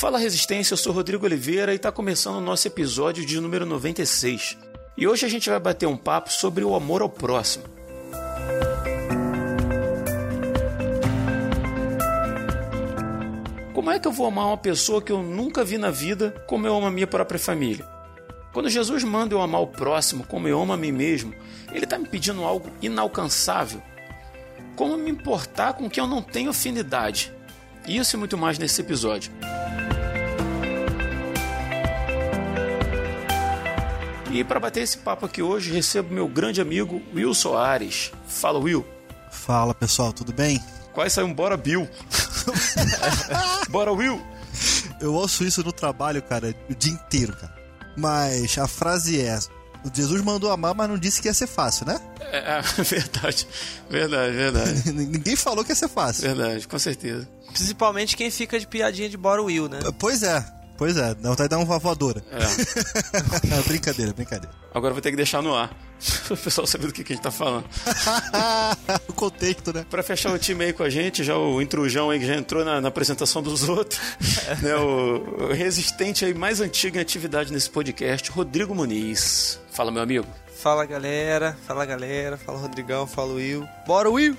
Fala Resistência, eu sou Rodrigo Oliveira e está começando o nosso episódio de número 96. E hoje a gente vai bater um papo sobre o amor ao próximo. Como é que eu vou amar uma pessoa que eu nunca vi na vida como eu amo a minha própria família? Quando Jesus manda eu amar o próximo como eu amo a mim mesmo, ele está me pedindo algo inalcançável. Como me importar com quem eu não tenho afinidade? Isso e muito mais nesse episódio. E para bater esse papo aqui hoje, recebo meu grande amigo Will Soares. Fala, Will. Fala, pessoal, tudo bem? Quase saiu um bora, Bill. Bora, Will. Eu ouço isso no trabalho, cara, o dia inteiro, cara. Mas a frase é: o Jesus mandou amar, mas não disse que ia ser fácil, né? Verdade. Ninguém falou que ia ser fácil. Verdade, com certeza. Principalmente quem fica de piadinha de bora, Will, né? Pois é. Não vai dar uma voadora. Não, brincadeira. Agora vou ter que deixar no ar. O pessoal saber do que a gente tá falando. O contexto, né? Pra fechar o time aí com a gente, já o intrujão aí que já entrou na apresentação dos outros, né, o resistente aí mais antigo em atividade nesse podcast, Rodrigo Muniz. Fala, meu amigo. Fala galera, fala Rodrigão, fala Will. Bora, Will!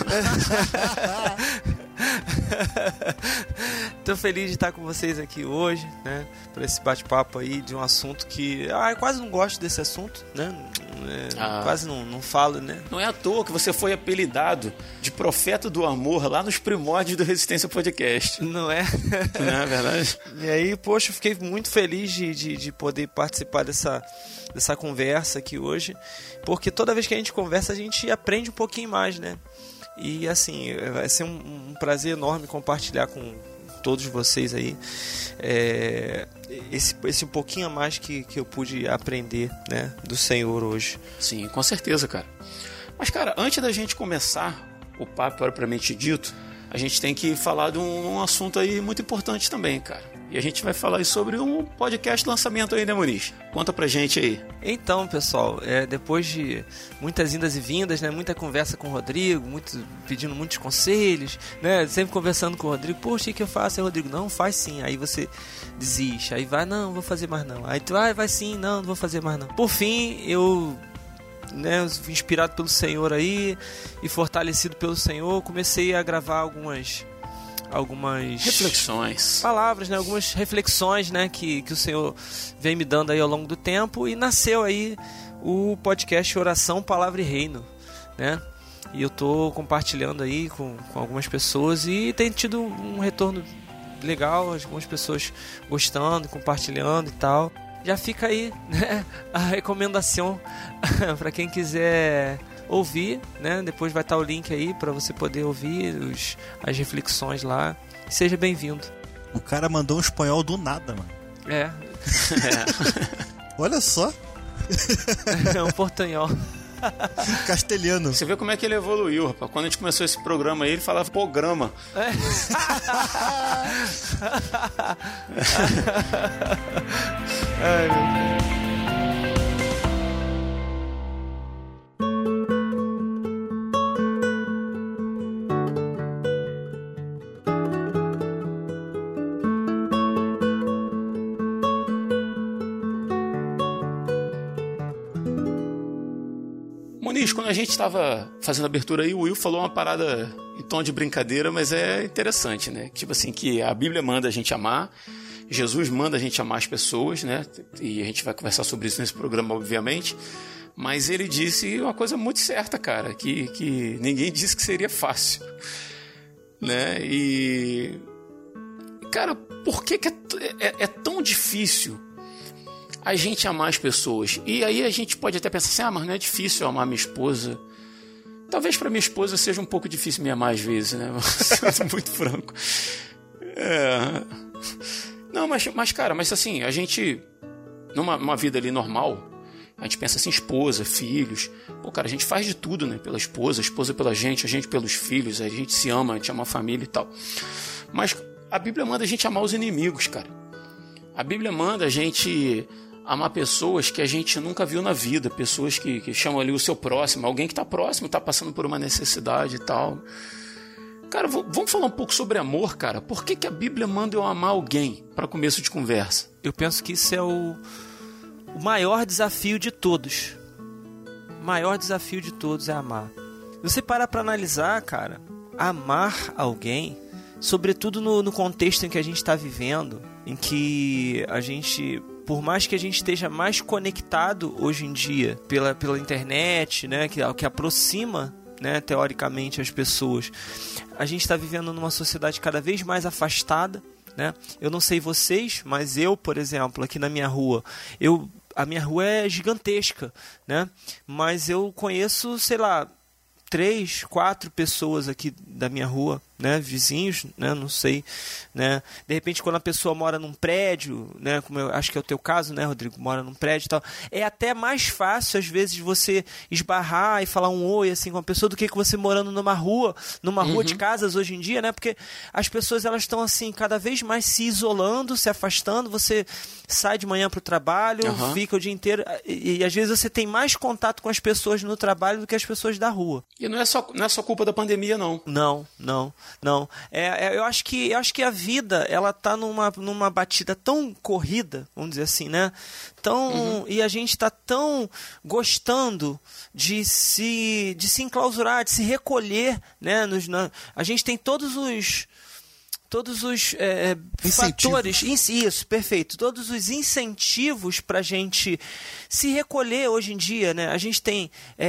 Tô feliz de estar com vocês aqui hoje, né? Para esse bate-papo aí de um assunto que... eu quase não gosto desse assunto, né? Quase não falo, né? Não é à toa que você foi apelidado de profeta do amor lá nos primórdios do Resistência Podcast. Não é? Não é verdade? E aí, poxa, eu fiquei muito feliz de poder participar dessa conversa aqui hoje, porque toda vez que a gente conversa, a gente aprende um pouquinho mais, né? E assim, vai ser um prazer enorme compartilhar com todos vocês aí esse um pouquinho a mais que eu pude aprender, né, do Senhor hoje. Sim, com certeza, cara. Mas, cara, antes da gente começar o papo propriamente dito, a gente tem que falar de um assunto aí muito importante também, cara. E a gente vai falar aí sobre um podcast lançamento aí, né, Muniz? Conta pra gente aí. Então, pessoal, depois de muitas indas e vindas, né, muita conversa com o Rodrigo, pedindo muitos conselhos, né, sempre conversando com o Rodrigo, poxa, o que eu faço? Aí o Rodrigo, não, faz sim. Aí você desiste, aí vai, não vou fazer mais não. Aí tu, vai sim, não vou fazer mais não. Por fim, eu... inspirado pelo Senhor aí e fortalecido pelo Senhor, comecei a gravar algumas reflexões, palavras, né? Algumas reflexões, né? que o Senhor vem me dando aí ao longo do tempo, e nasceu aí o podcast Oração, Palavra e Reino, né? E eu tô compartilhando aí com algumas pessoas e tem tido um retorno legal, algumas pessoas gostando, compartilhando e tal. Já fica aí, né, a recomendação para quem quiser ouvir, né? Depois vai estar o link aí para você poder ouvir as reflexões lá. Seja bem-vindo. O cara mandou um espanhol do nada, mano. Olha só. É um portanhol. Castelhano. Você vê como é que ele evoluiu, rapaz. Quando a gente começou esse programa aí, ele falava programa. Ai, meu Deus. Muniz, quando a gente estava fazendo a abertura aí, o Will falou uma parada em tom de brincadeira, mas é interessante, né? Tipo assim, que a Bíblia manda a gente amar, Jesus manda a gente amar as pessoas, né? E a gente vai conversar sobre isso nesse programa, obviamente. Mas ele disse uma coisa muito certa, cara, que ninguém disse que seria fácil, né? E... cara, por que é tão difícil a gente amar as pessoas? E aí a gente pode até pensar assim, mas não é difícil eu amar minha esposa. Talvez para minha esposa seja um pouco difícil me amar às vezes, né? Sendo muito franco. Não, mas cara, mas assim, a gente, numa vida ali normal, a gente pensa assim, esposa, filhos. Pô, cara, a gente faz de tudo, né? Pela esposa, a esposa pela gente, a gente pelos filhos, a gente se ama, a gente ama a família e tal. Mas a Bíblia manda a gente amar os inimigos, cara. A Bíblia manda a gente amar pessoas que a gente nunca viu na vida, pessoas que chamam ali o seu próximo, alguém que está próximo, está passando por uma necessidade e tal. Cara, vamos falar um pouco sobre amor, cara. Por que a Bíblia manda eu amar alguém para começo de conversa? Eu penso que isso é o maior desafio de todos. O maior desafio de todos é amar. Você para analisar, cara, amar alguém, sobretudo no contexto em que a gente está vivendo, em que a gente, por mais que a gente esteja mais conectado hoje em dia pela internet, né, que aproxima, né, teoricamente as pessoas, a gente está vivendo numa sociedade cada vez mais afastada, né? Eu não sei vocês, mas eu, por exemplo, aqui na minha rua, a minha rua é gigantesca, né? Mas eu conheço, sei lá, 3, 4 pessoas aqui da minha rua, né, vizinhos, né, não sei, né, de repente quando a pessoa mora num prédio, né, como eu acho que é o teu caso, né, Rodrigo, mora num prédio e tal, é até mais fácil às vezes você esbarrar e falar um oi assim com uma pessoa do que você morando numa rua de casas hoje em dia, né, porque as pessoas elas estão assim cada vez mais se isolando, se afastando, você sai de manhã para o trabalho, fica o dia inteiro e às vezes você tem mais contato com as pessoas no trabalho do que as pessoas da rua. E não é só culpa da pandemia, não. Não. Eu acho que a vida ela tá numa batida tão corrida, vamos dizer assim, né? E a gente tá tão gostando de se enclausurar, de se recolher, né? A gente tem todos os fatores, isso, perfeito, todos os incentivos para a gente se recolher hoje em dia, né? A gente tem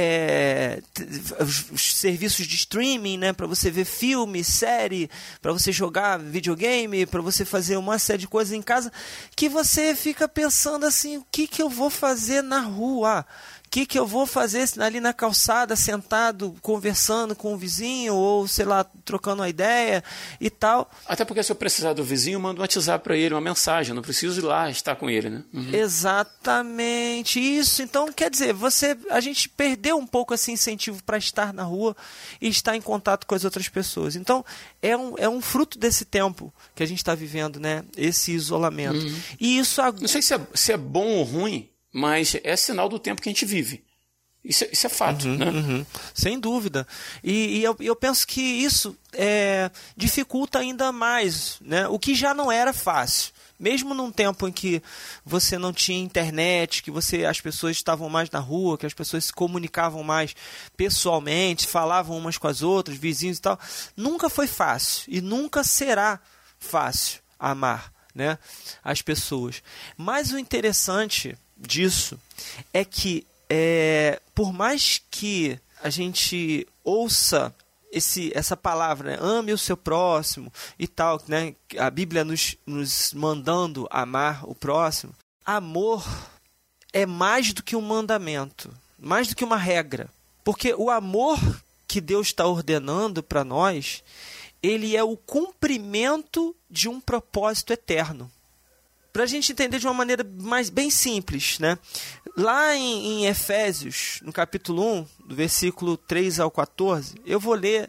os serviços de streaming, né? Para você ver filme, série, para você jogar videogame, para você fazer uma série de coisas em casa, que você fica pensando assim, o que eu vou fazer na rua? O que eu vou fazer ali na calçada, sentado, conversando com o vizinho, ou, sei lá, trocando uma ideia e tal. Até porque se eu precisar do vizinho, eu mando um WhatsApp para ele, uma mensagem, eu não preciso ir lá estar com ele, né? Exatamente, isso. Então, quer dizer, a gente perdeu um pouco esse incentivo para estar na rua e estar em contato com as outras pessoas. Então, é um fruto desse tempo que a gente está vivendo, né? Esse isolamento. E isso... Não sei se é bom ou ruim, mas é sinal do tempo que a gente vive. Isso é fato, né? Sem dúvida. E eu penso que isso dificulta ainda mais, né? O que já não era fácil. Mesmo num tempo em que você não tinha internet, que as pessoas estavam mais na rua, que as pessoas se comunicavam mais pessoalmente, falavam umas com as outras, vizinhos e tal, nunca foi fácil e nunca será fácil amar, né, as pessoas. Mas o interessante disso é que por mais que a gente ouça essa palavra, né, ame o seu próximo e tal, né, a Bíblia nos mandando amar o próximo, amor é mais do que um mandamento, mais do que uma regra, porque o amor que Deus está ordenando para nós, ele é o cumprimento de um propósito eterno. Para a gente entender de uma maneira bem simples, né? Lá em Efésios, no capítulo 1, do versículo 3 ao 14, eu vou ler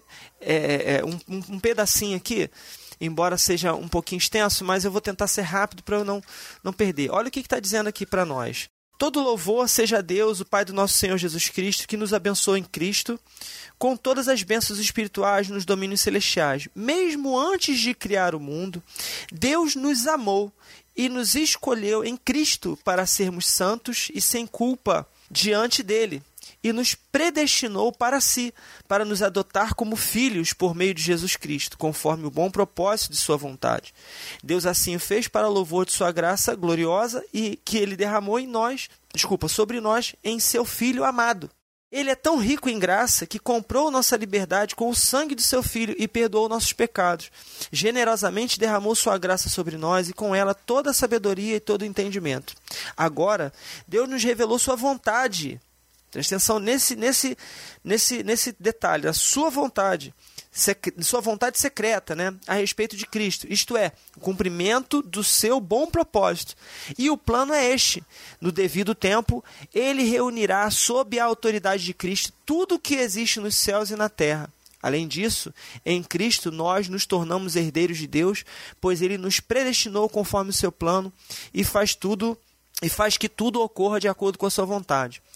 um pedacinho aqui, embora seja um pouquinho extenso, mas eu vou tentar ser rápido para eu não perder. Olha o que está dizendo aqui para nós. Todo louvor seja a Deus, o Pai do nosso Senhor Jesus Cristo, que nos abençoa em Cristo, com todas as bênçãos espirituais nos domínios celestiais. Mesmo antes de criar o mundo, Deus nos amou e nos escolheu em Cristo para sermos santos e sem culpa diante dele, e nos predestinou para si, para nos adotar como filhos por meio de Jesus Cristo, conforme o bom propósito de sua vontade. Deus assim o fez para louvor de sua graça gloriosa e que ele derramou sobre nós em seu Filho amado. Ele é tão rico em graça que comprou nossa liberdade com o sangue de seu Filho e perdoou nossos pecados. Generosamente derramou sua graça sobre nós e com ela toda a sabedoria e todo o entendimento. Agora, Deus nos revelou sua vontade. Presta atenção nesse detalhe, a sua vontade secreta, né, a respeito de Cristo, isto é, o cumprimento do seu bom propósito. E o plano é este: no devido tempo, ele reunirá sob a autoridade de Cristo tudo o que existe nos céus e na terra. Além disso, em Cristo nós nos tornamos herdeiros de Deus, pois ele nos predestinou conforme o seu plano e faz que tudo ocorra de acordo com a sua vontade.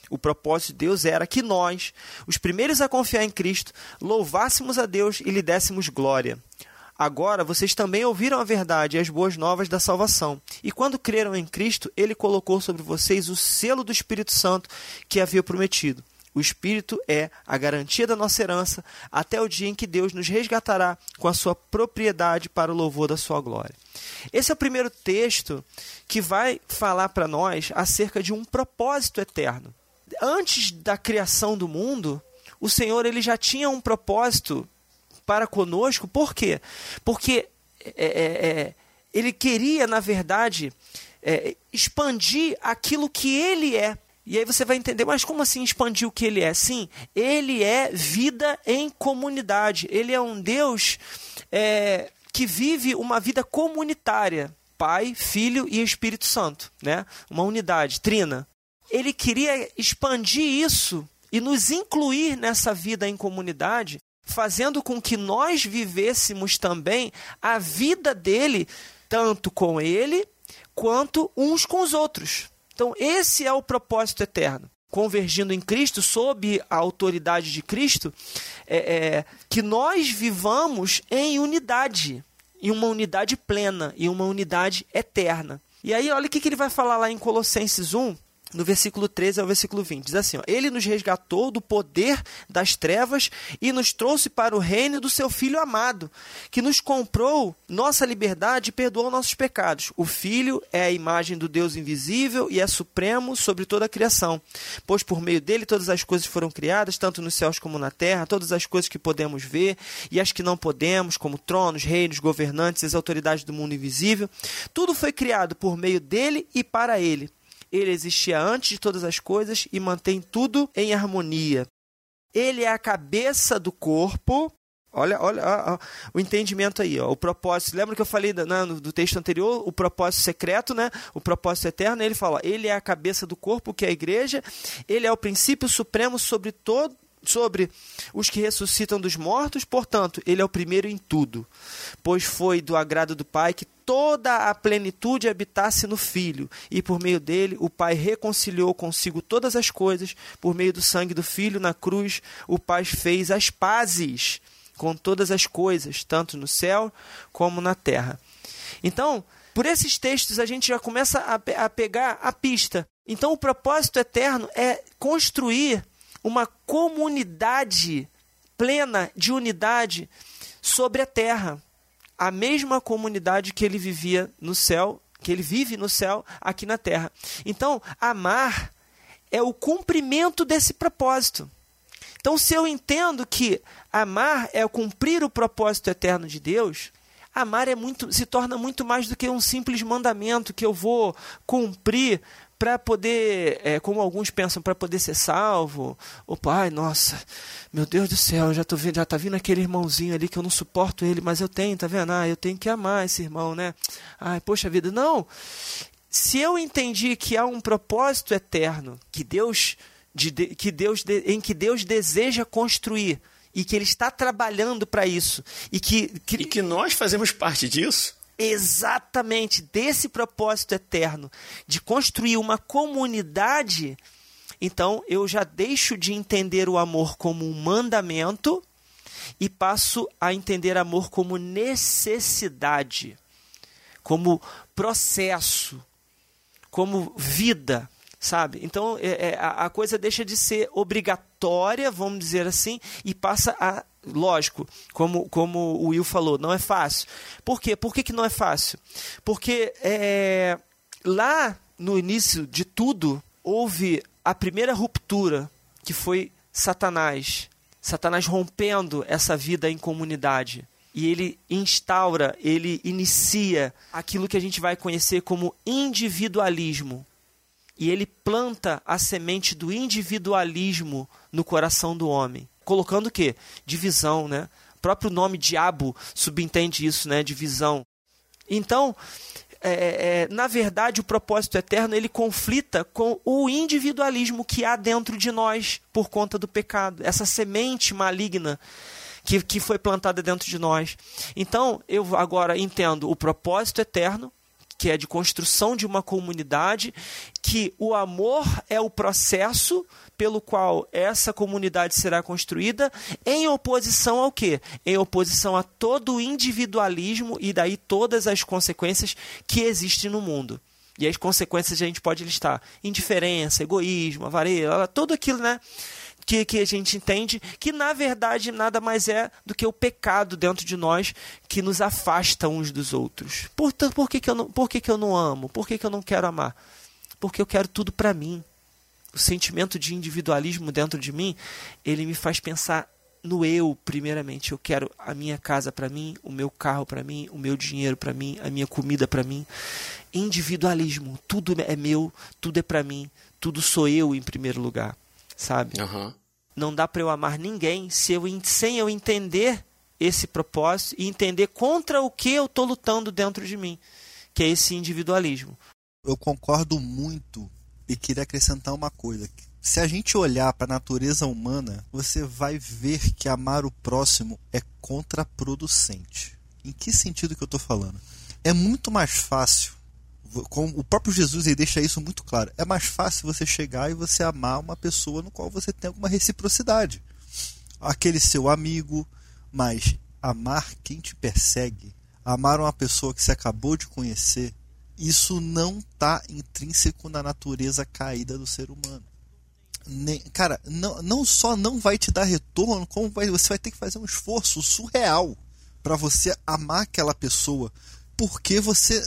O propósito de Deus era que nós, os primeiros a confiar em Cristo, louvássemos a Deus e lhe dessemos glória. Agora vocês também ouviram a verdade e as boas novas da salvação. E quando creram em Cristo, Ele colocou sobre vocês o selo do Espírito Santo que havia prometido. O Espírito é a garantia da nossa herança até o dia em que Deus nos resgatará com a sua propriedade para o louvor da sua glória. Esse é o primeiro texto que vai falar para nós acerca de um propósito eterno. Antes da criação do mundo, o Senhor ele já tinha um propósito para conosco. Por quê? Porque Ele queria, na verdade, expandir aquilo que Ele é. E aí você vai entender, mas como assim expandir o que Ele é? Sim, Ele é vida em comunidade. Ele é um Deus que vive uma vida comunitária. Pai, Filho e Espírito Santo, né? Uma unidade, trina. Ele queria expandir isso e nos incluir nessa vida em comunidade, fazendo com que nós vivêssemos também a vida dele, tanto com ele, quanto uns com os outros. Então, esse é o propósito eterno. Convergindo em Cristo, sob a autoridade de Cristo, que nós vivamos em unidade, em uma unidade plena, em uma unidade eterna. E aí, olha o que ele vai falar lá em Colossenses 1, no versículo 13 ao versículo 20. Diz assim, ó, Ele nos resgatou do poder das trevas e nos trouxe para o reino do seu Filho amado, que nos comprou nossa liberdade e perdoou nossos pecados. O Filho é a imagem do Deus invisível e é supremo sobre toda a criação, pois por meio dele todas as coisas foram criadas, tanto nos céus como na terra, todas as coisas que podemos ver e as que não podemos, como tronos, reinos, governantes e as autoridades do mundo invisível. Tudo foi criado por meio dele e para ele. Ele existia antes de todas as coisas e mantém tudo em harmonia. Ele é a cabeça do corpo. Olha o entendimento aí, ó, o propósito. Lembra que eu falei do texto anterior, o propósito secreto, né? O propósito eterno. Ele fala, ele é a cabeça do corpo, que é a igreja. Ele é o princípio supremo sobre os que ressuscitam dos mortos. Portanto, ele é o primeiro em tudo, pois foi do agrado do Pai que toda a plenitude habitasse no Filho, e por meio dele o Pai reconciliou consigo todas as coisas, por meio do sangue do Filho na cruz, o Pai fez as pazes com todas as coisas, tanto no céu como na terra. Então, por esses textos a gente já começa a pegar a pista. Então, o propósito eterno é construir uma comunidade plena de unidade sobre a terra. A mesma comunidade que ele vivia no céu, que ele vive no céu, aqui na terra. Então, amar é o cumprimento desse propósito. Então, se eu entendo que amar é cumprir o propósito eterno de Deus, amar se torna muito mais do que um simples mandamento que eu vou cumprir para poder, como alguns pensam, para poder ser salvo. O pai, nossa, meu Deus do céu, já está vindo aquele irmãozinho ali que eu não suporto ele, mas eu tenho, tá vendo? Eu tenho que amar esse irmão, né? Ai, poxa vida, não. Se eu entendi que há um propósito eterno em que Deus deseja construir e que Ele está trabalhando para isso e que nós fazemos parte disso. Exatamente, desse propósito eterno de construir uma comunidade, então eu já deixo de entender o amor como um mandamento e passo a entender amor como necessidade, como processo, como vida, sabe? Então a coisa deixa de ser obrigatória, vamos dizer assim, e passa a, lógico, como o Will falou, não é fácil. Por quê? Por que não é fácil? Porque lá no início de tudo, houve a primeira ruptura, que foi Satanás. Satanás rompendo essa vida em comunidade. E ele ele inicia aquilo que a gente vai conhecer como individualismo. E ele planta a semente do individualismo no coração do homem. Colocando o quê? Divisão, né? O próprio nome diabo subentende isso, né? Divisão. Então, na verdade, o propósito eterno, ele conflita com o individualismo que há dentro de nós por conta do pecado. Essa semente maligna que foi plantada dentro de nós. Então, eu agora entendo o propósito eterno, que é de construção de uma comunidade, que o amor é o processo pelo qual essa comunidade será construída, em oposição ao quê? Em oposição a todo o individualismo e daí todas as consequências que existem no mundo. E as consequências a gente pode listar: indiferença, egoísmo, avareza, tudo aquilo, né, que a gente entende que, na verdade, nada mais é do que o pecado dentro de nós que nos afasta uns dos outros. Por que que eu não amo? Por que eu não quero amar? Porque eu quero tudo para mim. O sentimento de individualismo dentro de mim, ele me faz pensar no eu, primeiramente. Eu quero a minha casa para mim, o meu carro para mim, o meu dinheiro para mim, a minha comida para mim. Individualismo. Tudo é meu, tudo é para mim, tudo sou eu em primeiro lugar, sabe? Uhum. Não dá para eu amar ninguém sem eu entender esse propósito e entender contra o que eu estou lutando dentro de mim, que é esse individualismo. Eu concordo muito e queria acrescentar uma coisa. Se a gente olhar para a natureza humana, você vai ver que amar o próximo é contraproducente. Em que sentido que eu estou falando? É muito mais fácil, como o próprio Jesus ele deixa isso muito claro, é mais fácil você chegar e você amar uma pessoa no qual você tem alguma reciprocidade. Aquele seu amigo, mas amar quem te persegue, amar uma pessoa que você acabou de conhecer, isso não está intrínseco na natureza caída do ser humano. Cara, não só não vai te dar retorno, como você vai ter que fazer um esforço surreal para você amar aquela pessoa. Porque você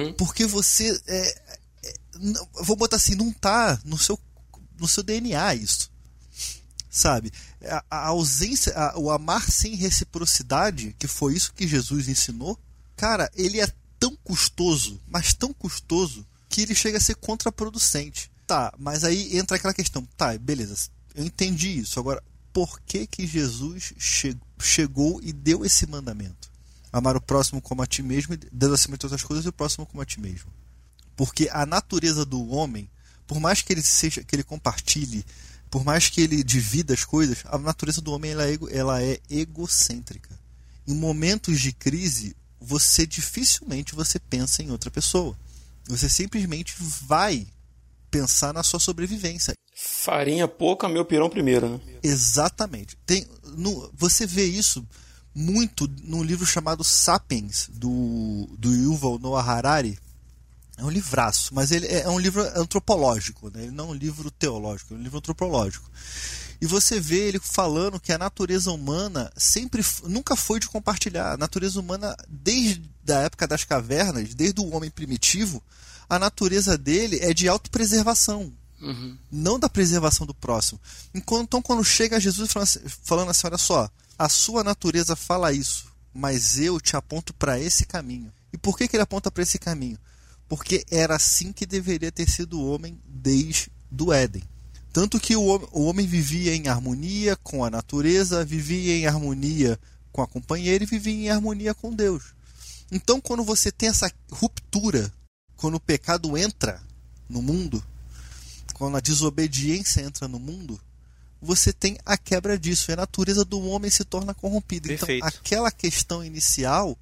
vou botar assim, não está no seu DNA isso, sabe? A ausência, o amar sem reciprocidade, que foi isso que Jesus ensinou, cara, ele é tão custoso, mas tão custoso, que ele chega a ser contraproducente. Tá, mas aí entra aquela questão, tá, beleza, eu entendi isso, agora, por que que Jesus chegou e deu esse mandamento? Amar o próximo como a ti mesmo, Deus acima de todas as coisas, e o próximo como a ti mesmo. Porque a natureza do homem, por mais que ele compartilhe, por mais que ele divida as coisas, a natureza do homem ela é egocêntrica. Em momentos de crise, dificilmente você pensa em outra pessoa. Você simplesmente vai pensar na sua sobrevivência. Farinha pouca, meu pirão primeiro, né? Exatamente. Você vê isso muito num livro chamado Sapiens, do Yuval Noah Harari. É um livraço, mas ele é um livro antropológico, né? Ele não é um livro teológico, é um livro antropológico. E você vê ele falando que a natureza humana nunca foi de compartilhar. A natureza humana, desde a época das cavernas, desde o homem primitivo, a natureza dele é de autopreservação, não da preservação do próximo. Então, quando chega Jesus falando assim, olha só, a sua natureza fala isso, mas eu te aponto para esse caminho. E por que ele aponta para esse caminho? Porque era assim que deveria ter sido o homem desde o Éden. Tanto que o homem vivia em harmonia com a natureza, vivia em harmonia com a companheira e vivia em harmonia com Deus. Então, quando você tem essa ruptura, quando o pecado entra no mundo, quando a desobediência entra no mundo, você tem a quebra disso, e a natureza do homem se torna corrompida. Perfeito. Então, aquela questão inicial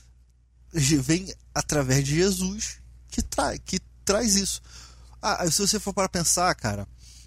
vem através de Jesus que traz isso. Se você for para pensar, cara,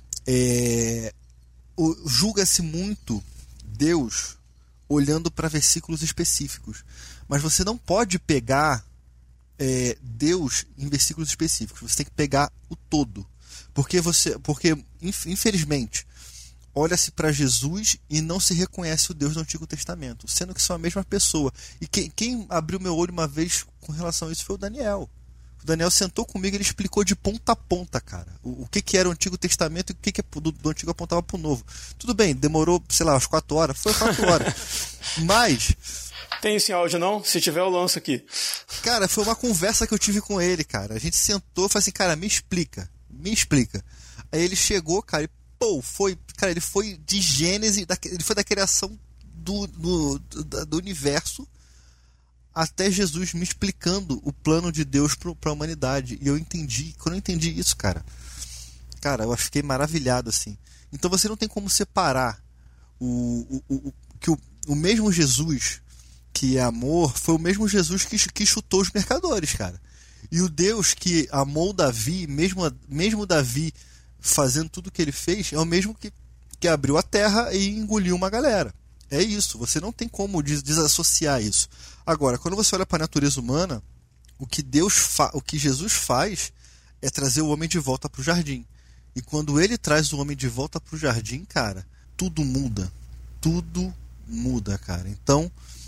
julga-se muito Deus olhando para versículos específicos, mas você não pode pegar Deus em versículos específicos. Você tem que pegar o todo, porque infelizmente olha-se para Jesus e não se reconhece o Deus do Antigo Testamento, sendo que são a mesma pessoa. E quem abriu meu olho uma vez com relação a isso foi o Daniel. O Daniel sentou comigo e ele explicou de ponta a ponta, cara, o que era o Antigo Testamento e o que do Antigo apontava para o Novo. Tudo bem, demorou, sei lá, umas 4 horas. Foi 4 horas. Mas... Tem esse áudio não? Se tiver eu lanço aqui. Cara, foi uma conversa que eu tive com ele, cara. A gente sentou e falou assim, cara, me explica. Aí ele chegou, cara, ele foi de Gênesis, ele foi da criação do universo até Jesus me explicando o plano de Deus para a humanidade. E eu entendi. Quando eu entendi isso, cara, eu fiquei maravilhado, assim. Então você não tem como separar que o mesmo Jesus que é amor foi o mesmo Jesus que chutou os mercadores, cara. E o Deus que amou Davi, mesmo Davi fazendo tudo o que ele fez, é o mesmo que abriu a terra e engoliu uma galera. É isso, você não tem como desassociar isso. Agora, quando você olha para a natureza humana, o que Jesus faz é trazer o homem de volta para o jardim. E quando ele traz o homem de volta para o jardim, cara, tudo muda. Tudo muda, cara. Então,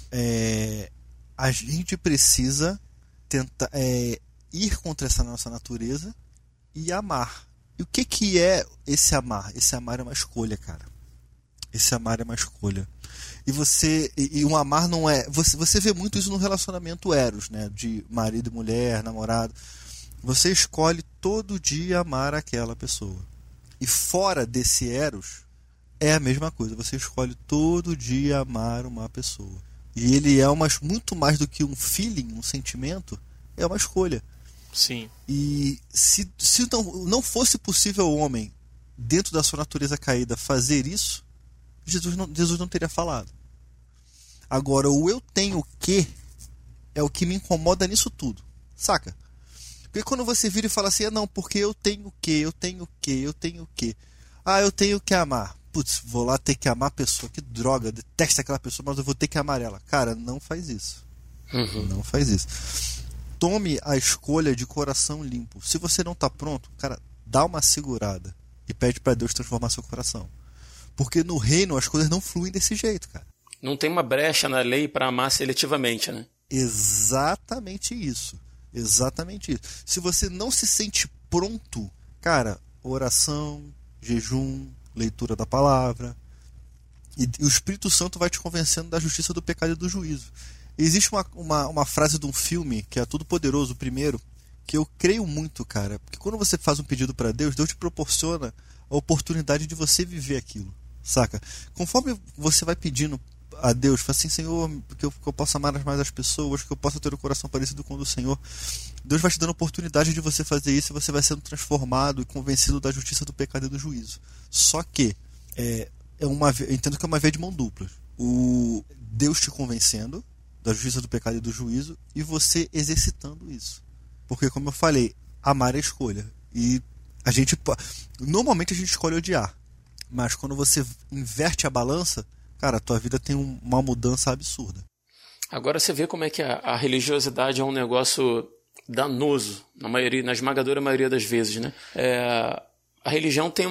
a gente precisa tentar ir contra essa nossa natureza e amar. E o que é esse amar? Esse amar é uma escolha, cara. Esse amar é uma escolha. E um amar não é... Você vê muito isso no relacionamento eros, né? De marido e mulher, namorado. Você escolhe todo dia amar aquela pessoa. E fora desse eros, é a mesma coisa. Você escolhe todo dia amar uma pessoa. E ele é muito mais do que um feeling, um sentimento, é uma escolha. Sim. E se não fosse possível ao homem, dentro da sua natureza caída, fazer isso, Jesus não teria falado. Agora, o eu tenho o quê é o que me incomoda nisso tudo. Saca? Porque quando você vira e fala assim, não, porque eu tenho o quê, eu tenho o quê, eu tenho o quê. Eu tenho que amar. Putz, vou lá ter que amar a pessoa, que droga, detesto aquela pessoa, mas eu vou ter que amar ela. Cara, não faz isso. Não faz isso. Tome a escolha de coração limpo. Se você não está pronto, cara, dá uma segurada e pede para Deus transformar seu coração. Porque no reino as coisas não fluem desse jeito, cara. Não tem uma brecha na lei para amar seletivamente, né? Exatamente isso. Exatamente isso. Se você não se sente pronto, cara, oração, jejum, leitura da palavra, e o Espírito Santo vai te convencendo da justiça, do pecado e do juízo. Existe uma frase de um filme que é Todo Poderoso, o primeiro, que eu creio muito, cara, porque quando você faz um pedido para Deus, Deus te proporciona a oportunidade de você viver aquilo, saca? Conforme você vai pedindo a Deus, fala assim, Senhor, que eu possa amar mais as pessoas, que eu possa ter o coração parecido com o do Senhor, Deus vai te dando a oportunidade de você fazer isso, e você vai sendo transformado e convencido da justiça, do pecado e do juízo. Só que eu entendo que é uma via de mão dupla. O Deus te convencendo da justiça, do pecado e do juízo, e você exercitando isso. Porque, como eu falei, amar é escolha. E normalmente a gente escolhe odiar. Mas quando você inverte a balança, cara, a tua vida tem uma mudança absurda. Agora você vê como é que a religiosidade é um negócio danoso, na esmagadora maioria das vezes, né? A religião tem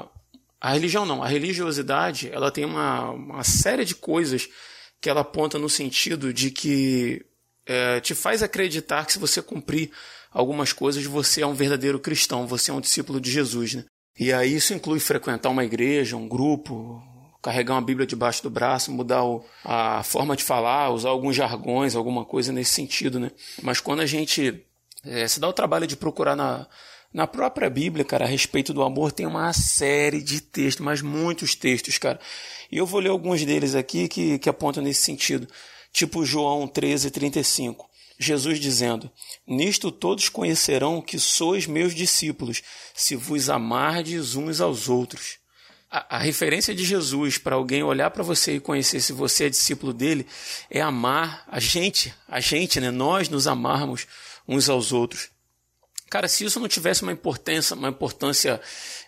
a religiosidade, ela tem uma série de coisas que ela aponta no sentido de que te faz acreditar que se você cumprir algumas coisas, você é um verdadeiro cristão, você é um discípulo de Jesus, né? E aí isso inclui frequentar uma igreja, um grupo, carregar uma Bíblia debaixo do braço, mudar a forma de falar, usar alguns jargões, alguma coisa nesse sentido, né? Mas quando a gente se dá o trabalho de procurar na própria Bíblia, cara, a respeito do amor, tem uma série de textos, mas muitos textos, cara. E eu vou ler alguns deles aqui que apontam nesse sentido. Tipo João 13:35. Jesus dizendo, nisto todos conhecerão que sois meus discípulos, se vos amardes uns aos outros. A referência de Jesus para alguém olhar para você e conhecer se você é discípulo dele é amar a gente, né? Nós nos amarmos uns aos outros. Cara, se isso não tivesse uma importância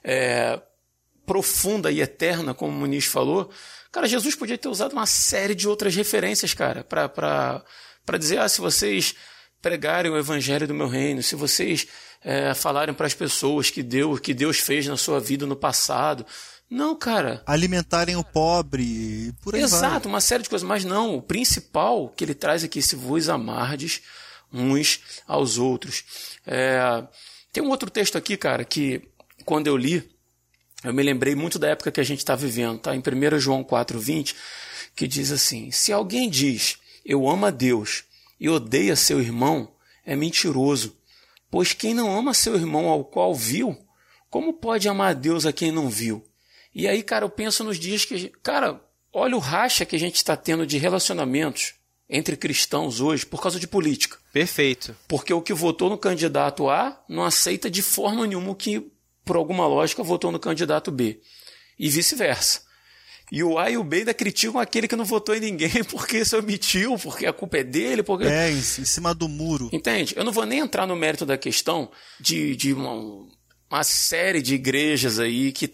profunda e eterna, como o Muniz falou, cara, Jesus podia ter usado uma série de outras referências, cara, para dizer, se vocês pregarem o evangelho do meu reino, se vocês falarem para as pessoas que Deus fez na sua vida no passado. Não, cara. Alimentarem o pobre, por aí Exato, vai. uma série de coisas. Mas não, o principal que ele traz aqui, se vos amardes uns aos outros. Tem um outro texto aqui, cara, que quando eu li, eu me lembrei muito da época que a gente está vivendo, tá? Em 1 João 4:20, que diz assim, se alguém diz, eu amo a Deus e odeia seu irmão, é mentiroso. Pois quem não ama seu irmão ao qual viu, como pode amar a Deus a quem não viu? E aí, cara, eu penso nos dias que... Cara, olha o racha que a gente está tendo de relacionamentos entre cristãos hoje por causa de política. Perfeito. Porque o que votou no candidato A não aceita de forma nenhuma o que, por alguma lógica, votou no candidato B. E vice-versa. E o A e o B ainda criticam aquele que não votou em ninguém porque se omitiu, porque a culpa é dele. Porque... em cima do muro. Entende? Eu não vou nem entrar no mérito da questão de uma série de igrejas aí que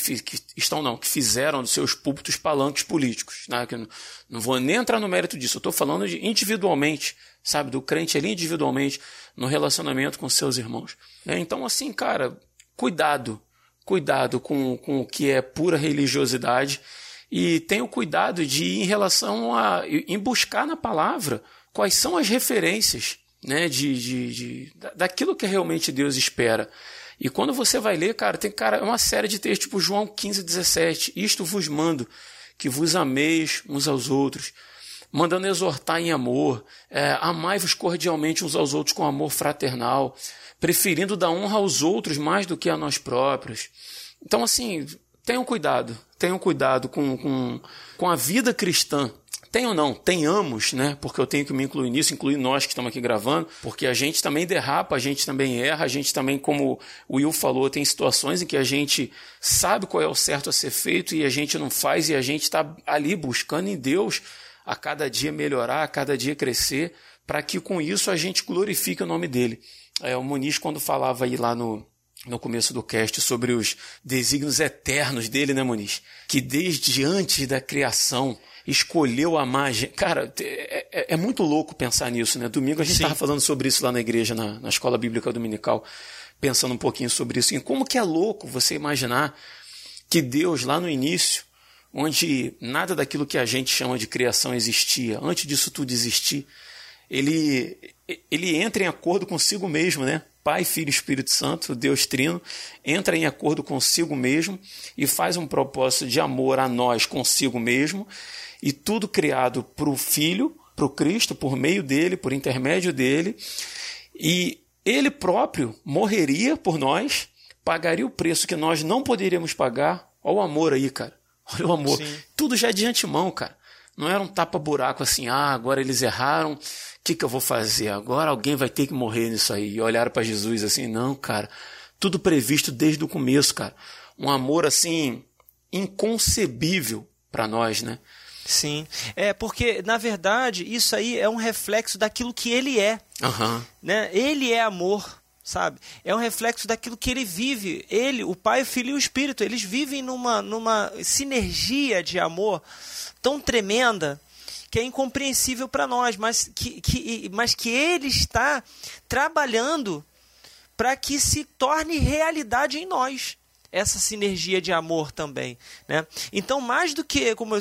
fizeram dos seus púlpitos palanques políticos. Né? Que não vou nem entrar no mérito disso. Eu estou falando de individualmente, sabe? Do crente ali individualmente, no relacionamento com seus irmãos. Então, assim, cara, cuidado com o que é pura religiosidade e tenha o cuidado de ir em buscar na palavra quais são as referências, né, daquilo que realmente Deus espera. E quando você vai ler, cara, tem uma série de textos, tipo João 15:17, isto vos mando, que vos ameis uns aos outros, mandando exortar em amor, amai-vos cordialmente uns aos outros com amor fraternal, preferindo dar honra aos outros mais do que a nós próprios. Então, assim, tenham cuidado com a vida cristã. Tenhamos, né? Porque eu tenho que me incluir nisso, incluir nós que estamos aqui gravando, porque a gente também derrapa, a gente também erra, a gente também, como o Will falou, tem situações em que a gente sabe qual é o certo a ser feito e a gente não faz e a gente está ali buscando em Deus a cada dia melhorar, a cada dia crescer, para que com isso a gente glorifique o nome dele. O Muniz, quando falava aí lá no começo do cast sobre os desígnios eternos dele, né, Muniz? Que desde antes da criação escolheu amar. Cara, é muito louco pensar nisso, né? Domingo a gente estava falando sobre isso lá na igreja, na escola bíblica dominical, pensando um pouquinho sobre isso. E como que é louco você imaginar que Deus, lá no início, onde nada daquilo que a gente chama de criação existia, antes disso tudo existir, ele entra em acordo consigo mesmo, né? Pai, Filho e Espírito Santo, Deus Trino, entra em acordo consigo mesmo e faz um propósito de amor a nós consigo mesmo, e tudo criado para o Filho, para o Cristo, por meio dele, por intermédio dele, e ele próprio morreria por nós, pagaria o preço que nós não poderíamos pagar. Olha o amor aí, cara. Olha o amor. Sim. Tudo já de antemão, cara. Não era um tapa-buraco assim, agora eles erraram, o que eu vou fazer? Agora alguém vai ter que morrer nisso aí. E olharam para Jesus assim, não, cara. Tudo previsto desde o começo, cara. Um amor assim, inconcebível para nós, né? Sim, porque na verdade isso aí é um reflexo daquilo que ele é, né? Ele é amor, sabe? É um reflexo daquilo que ele vive. Ele, o Pai, o Filho e o Espírito, eles vivem numa sinergia de amor tão tremenda que é incompreensível para nós, mas que ele está trabalhando para que se torne realidade em nós. Essa sinergia de amor também, né? Então, mais do que, como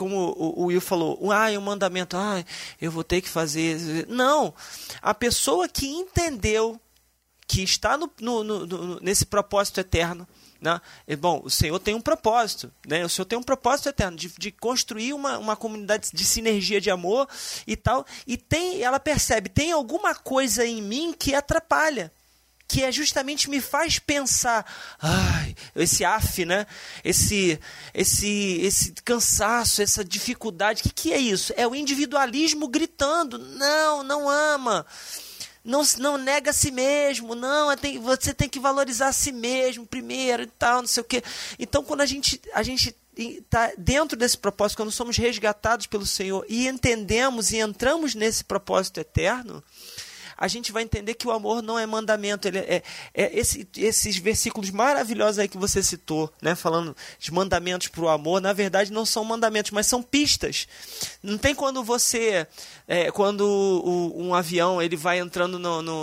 o Will falou, o mandamento, eu vou ter que fazer... Não, a pessoa que entendeu que está nesse propósito eterno, né? Bom, o Senhor tem um propósito, né? O Senhor tem um propósito eterno de construir uma comunidade de sinergia de amor e tal, e ela percebe, tem alguma coisa em mim que atrapalha, que justamente me faz pensar, esse né? Esse cansaço, essa dificuldade, o que é isso? É o individualismo gritando, não ama, não nega a si mesmo, você tem que valorizar a si mesmo primeiro e tal, não sei o quê. Então, quando a gente está dentro desse propósito, quando somos resgatados pelo Senhor e entendemos e entramos nesse propósito eterno, a gente vai entender que o amor não é mandamento. Esses versículos maravilhosos aí que você citou, né, falando de mandamentos para o amor, na verdade não são mandamentos, mas são pistas. Não tem quando um avião ele vai entrando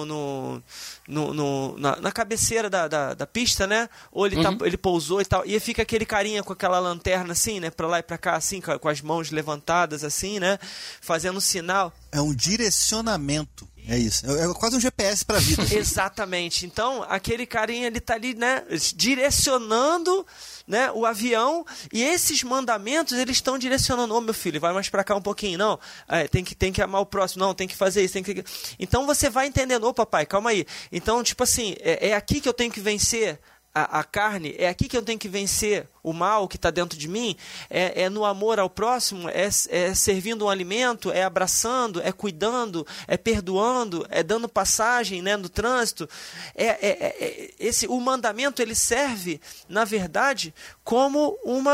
na cabeceira da pista, né? Ou ele pousou e tal, e fica aquele carinha com aquela lanterna assim, né, para lá e para cá, assim, com as mãos levantadas assim, né, fazendo um sinal. É um direcionamento. É isso. É quase um GPS para a vida. Exatamente. Então, aquele carinha, ele está ali, né, direcionando, né, o avião, e esses mandamentos, eles estão direcionando, meu filho, vai mais para cá um pouquinho, não, tem que amar o próximo, não, tem que fazer isso, Então, você vai entendendo, papai, calma aí. Então, tipo assim, é aqui que eu tenho que vencer a carne, é aqui que eu tenho que vencer o mal que está dentro de mim, é no amor ao próximo, é servindo um alimento, é abraçando, é cuidando, é perdoando, é dando passagem, né, no trânsito. O mandamento, ele serve, na verdade, como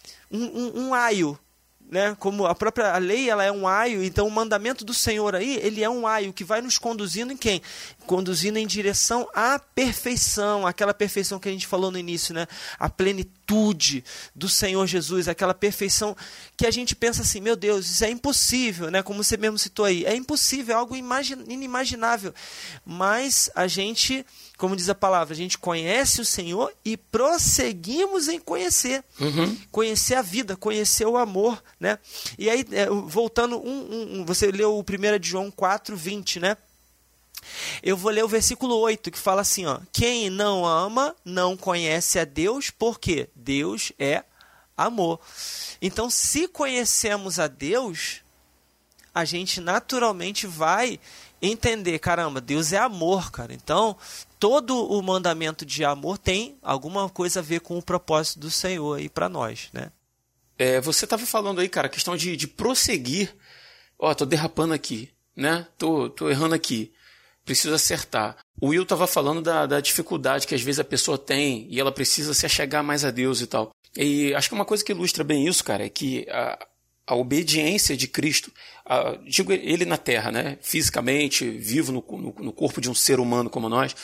um aio, né? Como a própria lei, ela é um aio, então o mandamento do Senhor aí, ele é um aio que vai nos conduzindo em quem? Conduzindo em direção à perfeição, aquela perfeição que a gente falou no início, né? A plenitude do Senhor Jesus, aquela perfeição que a gente pensa assim, meu Deus, isso é impossível, né? Como você mesmo citou aí, é impossível, é algo inimaginável, mas a gente, como diz a palavra, a gente conhece o Senhor e prosseguimos em conhecer. Conhecer a vida, conhecer o amor, né? E aí, voltando, você leu o 1 de João 4:20, né? Eu vou ler o versículo 8, que fala assim, ó, quem não ama não conhece a Deus, porque Deus é amor. Então, se conhecemos a Deus, a gente naturalmente vai entender, caramba, Deus é amor, cara. Então, todo o mandamento de amor tem alguma coisa a ver com o propósito do Senhor aí para nós, né? Você estava falando aí, cara, a questão de prosseguir. Ó, tô derrapando aqui, né? Tô errando aqui. Preciso acertar. O Will estava falando da dificuldade que às vezes a pessoa tem e ela precisa se achegar mais a Deus e tal. E acho que uma coisa que ilustra bem isso, cara, é que a obediência de Cristo, digo ele na Terra, né? Fisicamente, vivo no corpo de um ser humano como nós,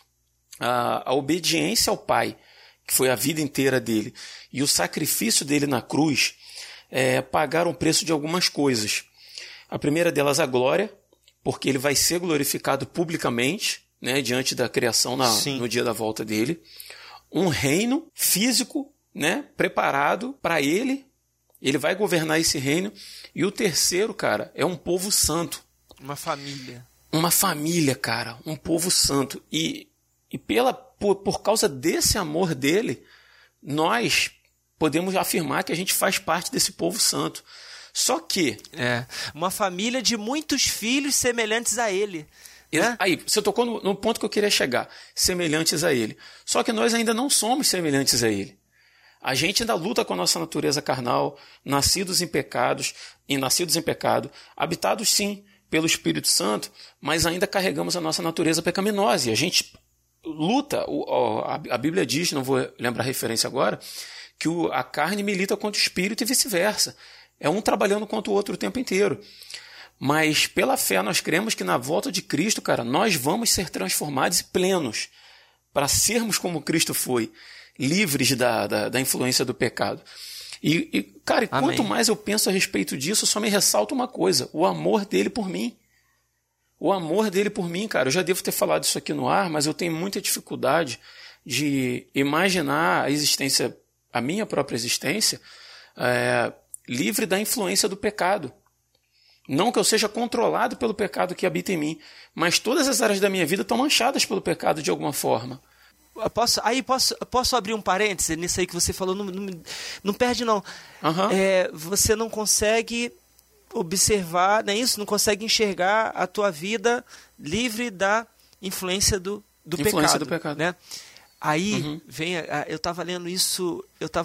a obediência ao Pai, que foi a vida inteira dele, e o sacrifício dele na cruz, pagaram o preço de algumas coisas. A primeira delas, a glória, porque ele vai ser glorificado publicamente, né, diante da criação no dia da volta dele. Um reino físico, né, preparado para ele. Ele vai governar esse reino. E o terceiro, cara, é um povo santo. Uma família. Uma família, cara. Um povo santo. E por causa desse amor dele, nós podemos afirmar que a gente faz parte desse povo santo. Só que... uma família de muitos filhos semelhantes a ele. Né? Aí, você tocou no ponto que eu queria chegar. Semelhantes a ele. Só que nós ainda não somos semelhantes a ele. A gente ainda luta com a nossa natureza carnal, nascidos em pecado, habitados sim pelo Espírito Santo, mas ainda carregamos a nossa natureza pecaminosa. E a gente luta, a Bíblia diz, não vou lembrar a referência agora, que a carne milita contra o Espírito e vice-versa. É um trabalhando contra o outro o tempo inteiro. Mas pela fé nós cremos que na volta de Cristo, cara, nós vamos ser transformados e plenos para sermos como Cristo foi, livres da influência do pecado. Cara, e quanto mais eu penso a respeito disso, só me ressalta uma coisa, o amor dele por mim. O amor dele por mim, cara. Eu já devo ter falado isso aqui no ar, mas eu tenho muita dificuldade de imaginar a minha própria existência, livre da influência do pecado. Não que eu seja controlado pelo pecado que habita em mim, mas todas as áreas da minha vida estão manchadas pelo pecado de alguma forma. Posso abrir um parêntese nisso aí que você falou? Não perde, não. Você não consegue observar, não é isso? Não consegue enxergar a tua vida livre da influência do pecado. Né? Aí vem, eu estava lendo isso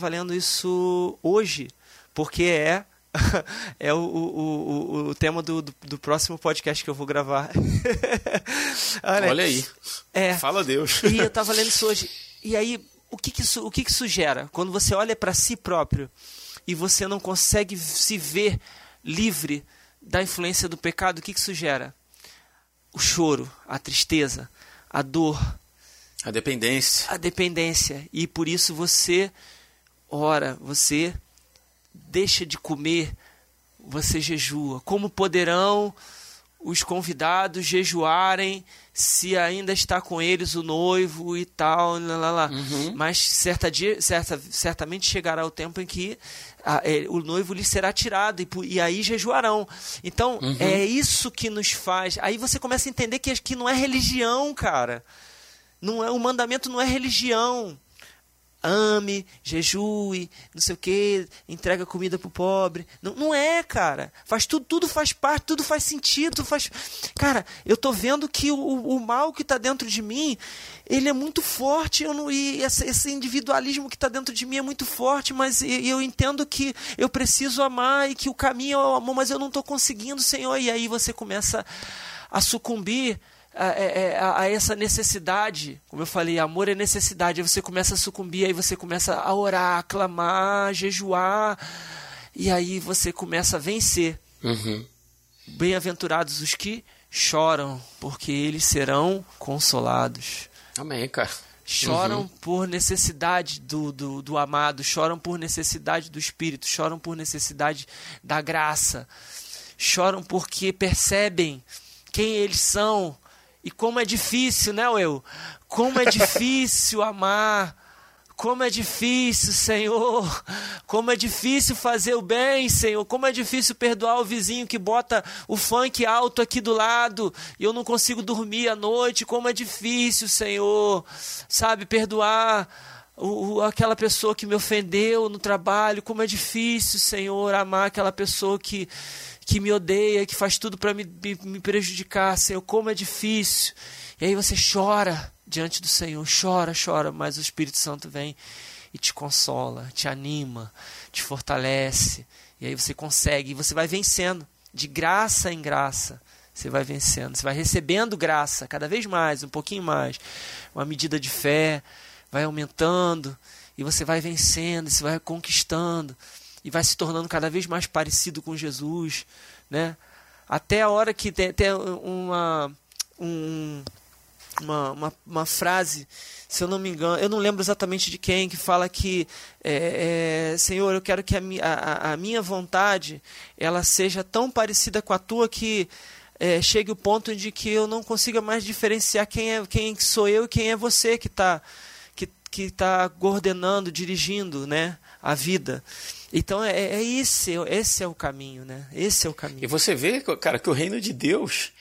hoje, porque é o tema do próximo podcast que eu vou gravar. Olha aí. Fala Deus. E eu estava lendo isso hoje. E aí, o que isso gera? Quando você olha para si próprio e você não consegue se ver livre da influência do pecado, o que isso gera? O choro, a tristeza, a dor. A dependência. E por isso você ora, você deixa de comer, você jejua. Como poderão os convidados jejuarem se ainda está com eles o noivo e tal, Mas certamente chegará o tempo em que o noivo lhe será tirado e aí jejuarão. Então, é isso que nos faz... Aí você começa a entender que não é religião, cara. O mandamento não é religião. Ame, jejue, não sei o que, entrega comida pro pobre. Não é, cara. Tudo faz parte, tudo faz sentido. Cara, eu tô vendo que o mal que tá dentro de mim, ele é muito forte. E esse individualismo que tá dentro de mim é muito forte, mas eu entendo que eu preciso amar e que o caminho é o amor, mas eu não tô conseguindo, Senhor. E aí você começa a sucumbir a essa necessidade, como eu falei, amor é necessidade, aí você começa a sucumbir, aí você começa a orar, a clamar, a jejuar, e aí você começa a vencer. Bem-aventurados os que choram, porque eles serão consolados. Amém, cara. Choram por necessidade do amado, choram por necessidade do Espírito, choram por necessidade da graça, choram porque percebem quem eles são. E como é difícil, né, Will? Como é difícil amar. Como é difícil, Senhor. Como é difícil fazer o bem, Senhor. Como é difícil perdoar o vizinho que bota o funk alto aqui do lado e eu não consigo dormir à noite. Como é difícil, Senhor. Sabe, perdoar aquela pessoa que me ofendeu no trabalho. Como é difícil, Senhor, amar aquela pessoa que me odeia, que faz tudo para me prejudicar, Senhor, como é difícil. E aí você chora diante do Senhor, chora, mas o Espírito Santo vem e te consola, te anima, te fortalece, e aí você consegue, e você vai vencendo, de graça em graça, você vai vencendo, você vai recebendo graça, cada vez mais, um pouquinho mais, uma medida de fé, vai aumentando, e você vai vencendo, você vai conquistando, e vai se tornando cada vez mais parecido com Jesus, né? Até a hora que tem uma frase, se eu não me engano, eu não lembro exatamente de quem, que fala que Senhor, eu quero que a minha vontade ela seja tão parecida com a tua que chegue o ponto de que eu não consiga mais diferenciar quem sou eu e quem é você que está coordenando, dirigindo, né, a vida. Então esse é o caminho, né? Esse é o caminho. E você vê, cara, que o reino de Deus,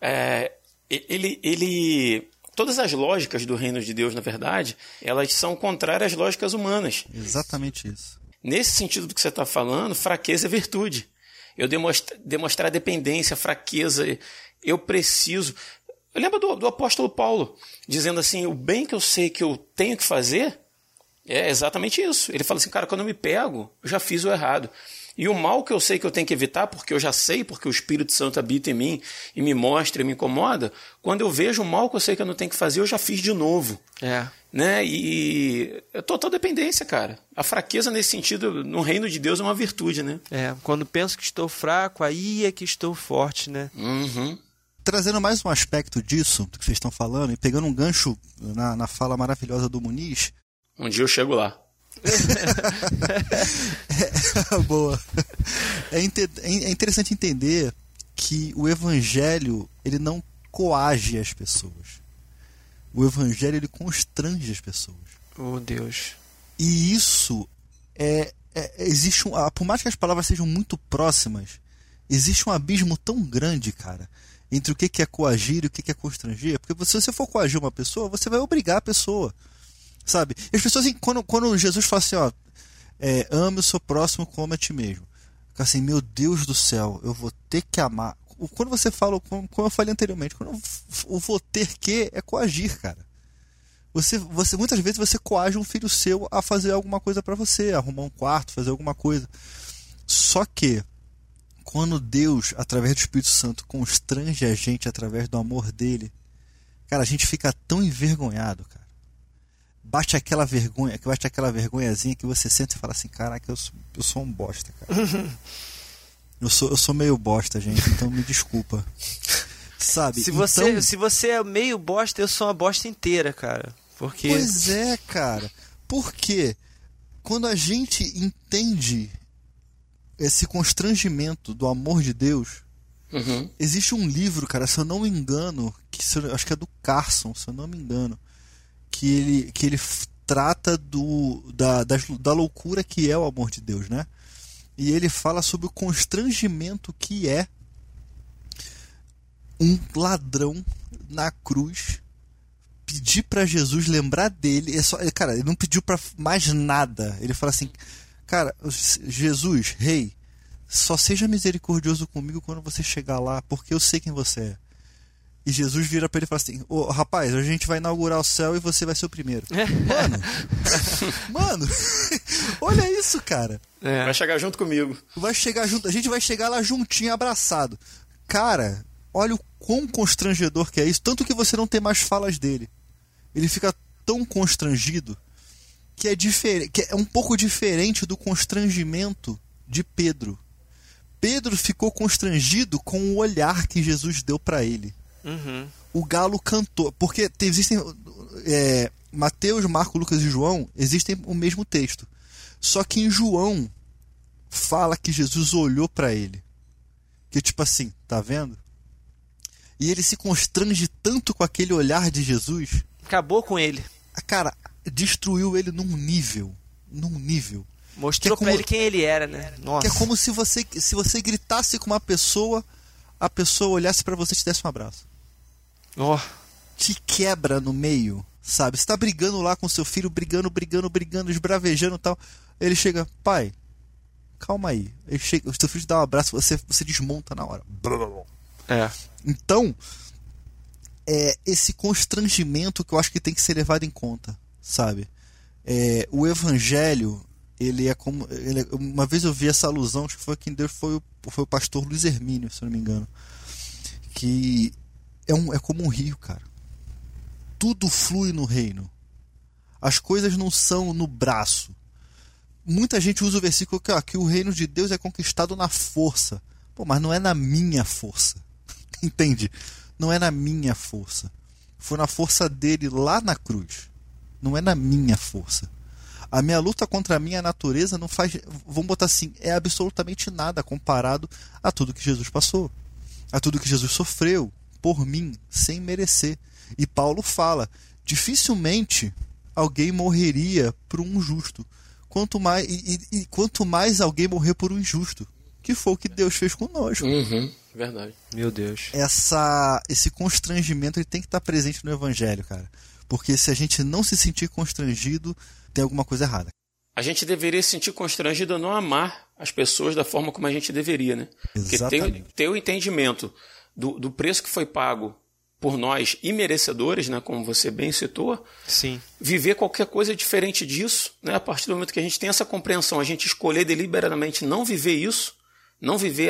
todas as lógicas do reino de Deus, na verdade, elas são contrárias às lógicas humanas. Exatamente isso. Nesse sentido do que você está falando, fraqueza é virtude. Eu demonstrar dependência, fraqueza, eu preciso. Eu lembro do apóstolo Paulo, dizendo assim, o bem que eu sei que eu tenho que fazer, é exatamente isso. Ele fala assim, cara, quando eu me pego, eu já fiz o errado. E o mal que eu sei que eu tenho que evitar, porque eu já sei, porque o Espírito Santo habita em mim e me mostra e me incomoda, quando eu vejo o mal que eu sei que eu não tenho que fazer, eu já fiz de novo. Né? E é total dependência, cara. A fraqueza nesse sentido, no reino de Deus, é uma virtude, né? Quando penso que estou fraco, aí é que estou forte, né? Trazendo mais um aspecto disso, do que vocês estão falando, e pegando um gancho na fala maravilhosa do Muniz. Um dia eu chego lá. Boa. É interessante entender que o evangelho ele não coage as pessoas. O evangelho ele constrange as pessoas. Oh, Deus. E isso existe por mais que as palavras sejam muito próximas, existe um abismo tão grande, cara, entre o que é coagir e o que é constranger. Porque se você for coagir uma pessoa, você vai obrigar a pessoa. Sabe? E as pessoas, quando Jesus fala assim, ame o seu próximo como a ti mesmo. Fica assim, meu Deus do céu, eu vou ter que amar. Quando você fala, como eu falei anteriormente, quando eu vou ter que, é coagir, cara. Você muitas vezes você coage um filho seu a fazer alguma coisa para você, arrumar um quarto, fazer alguma coisa. Só que, quando Deus, através do Espírito Santo, constrange a gente através do amor dele, cara, a gente fica tão envergonhado, cara. Bate aquela vergonhazinha que você sente e fala assim, caraca, eu sou um bosta, cara. Eu sou meio bosta, gente, então me desculpa. Sabe? Se você é meio bosta, eu sou uma bosta inteira, cara. Porque... Pois é, cara. Porque quando a gente entende esse constrangimento do amor de Deus, existe um livro, cara, se eu não me engano, acho que é do Carson, se eu não me engano, que ele trata da loucura que é o amor de Deus, né? E ele fala sobre o constrangimento que é um ladrão na cruz pedir para Jesus lembrar dele. Cara, ele não pediu para mais nada. Ele fala assim, cara, Jesus, rei, só seja misericordioso comigo quando você chegar lá, porque eu sei quem você é. E Jesus vira pra ele e fala assim, rapaz, a gente vai inaugurar o céu e você vai ser o primeiro. Mano, olha isso, cara. Vai chegar junto comigo. A gente vai chegar lá juntinho, abraçado. Cara, olha o quão constrangedor que é isso, tanto que você não tem mais falas dele. Ele fica tão constrangido que é um pouco diferente do constrangimento de Pedro. Pedro ficou constrangido com o olhar que Jesus deu para ele. Uhum. O galo cantou, porque existem Mateus, Marcos, Lucas e João existem o mesmo texto, só que em João fala que Jesus olhou para ele, que tipo assim, tá vendo? E ele se constrange tanto com aquele olhar de Jesus, acabou com ele. Cara, destruiu ele num nível. Mostrou pra ele quem ele era, né? Nossa. Que é como se você gritasse com uma pessoa, a pessoa olhasse pra você e te desse um abraço. Oh. Te quebra no meio, sabe? Você tá brigando lá com seu filho, brigando, esbravejando e tal. Ele chega, pai, calma aí. Ele chega, o seu filho te dá um abraço, você desmonta na hora. Então, esse constrangimento que eu acho que tem que ser levado em conta, sabe? O evangelho, ele é como... uma vez eu vi essa alusão, acho que foi quem deu, foi o pastor Luiz Hermínio, se eu não me engano, que é como um rio, cara. Tudo flui no reino. As coisas não são no braço. Muita gente usa o versículo que o reino de Deus é conquistado na força. Pô, mas não é na minha força. Entende? Não é na minha força. Foi na força dele lá na cruz. Não é na minha força. A minha luta contra a minha natureza não faz... Vamos botar assim, é absolutamente nada comparado a tudo que Jesus passou. A tudo que Jesus sofreu por mim, sem merecer. E Paulo fala, dificilmente alguém morreria por um justo. Quanto mais alguém morrer por um injusto. Que foi o que Deus fez conosco. Verdade. Meu Deus. Esse constrangimento ele tem que estar presente no evangelho, cara. Porque se a gente não se sentir constrangido, tem alguma coisa errada. A gente deveria se sentir constrangido a não amar as pessoas da forma como a gente deveria, né? Exatamente. Porque ter o entendimento do preço que foi pago por nós imerecedores, né, como você bem citou, sim. Viver qualquer coisa diferente disso, né, a partir do momento que a gente tem essa compreensão, a gente escolher deliberadamente não viver isso, não viver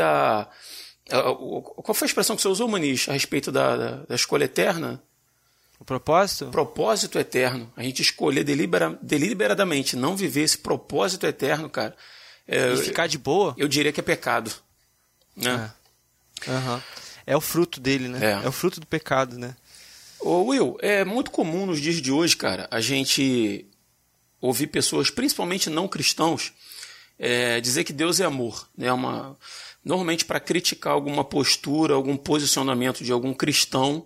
qual foi a expressão que você usou, Maniz, a respeito da escolha eterna? O propósito? Propósito eterno. A gente escolher deliberadamente não viver esse propósito eterno, cara. E ficar de boa? Eu diria que é pecado. Né? É o fruto dele, né? É o fruto do pecado, né? Ô, Will, é muito comum nos dias de hoje, cara, a gente ouvir pessoas, principalmente não cristãos, dizer que Deus é amor. Né? Normalmente, para criticar alguma postura, algum posicionamento de algum cristão,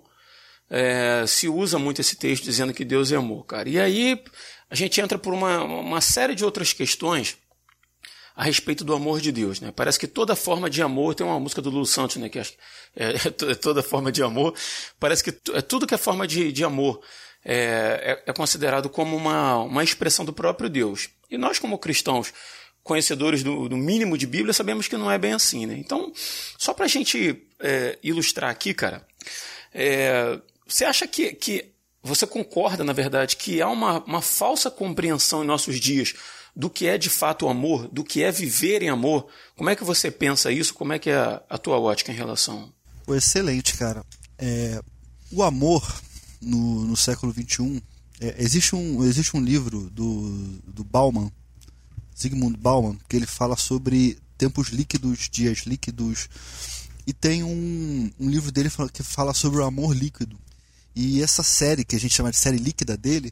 se usa muito esse texto dizendo que Deus é amor, cara. E aí a gente entra por uma série de outras questões a respeito do amor de Deus, né? Parece que toda forma de amor, tem uma música do Lulu Santos, né, que é toda forma de amor, parece que tudo que é forma de amor é considerado como uma expressão do próprio Deus. E nós, como cristãos, conhecedores do mínimo de Bíblia, sabemos que não é bem assim, né? Então, só para a gente ilustrar aqui, cara, você acha que você concorda, na verdade, que há uma falsa compreensão em nossos dias do que é de fato o amor, do que é viver em amor? Como é que você pensa isso? Como é que é a tua ótica em relação? Excelente, cara. O amor no século XXI, existe um livro do Bauman, Zygmunt Bauman, que ele fala sobre tempos líquidos, dias líquidos, e tem um livro dele que fala sobre o amor líquido. E essa série, que a gente chama de série líquida dele,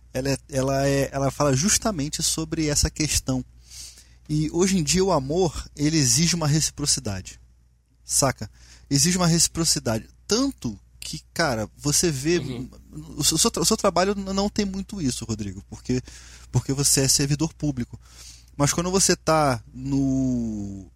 ela fala justamente sobre essa questão. E hoje em dia o amor, ele exige uma reciprocidade. Saca? Exige uma reciprocidade. Tanto que, cara, você vê... O seu trabalho não tem muito isso, Rodrigo, porque você é servidor público. Mas quando você está no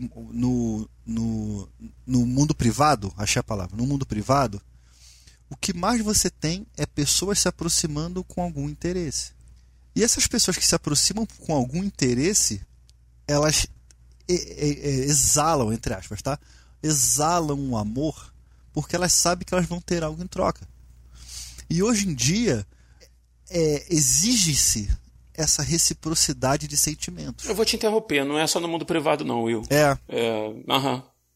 mundo privado, achei a palavra, no mundo privado, o que mais você tem é pessoas se aproximando com algum interesse. E essas pessoas que se aproximam com algum interesse, elas exalam, entre aspas, tá? Exalam um amor, porque elas sabem que elas vão ter algo em troca. E hoje em dia, exige-se essa reciprocidade de sentimentos. Eu vou te interromper, não é só no mundo privado não, Will.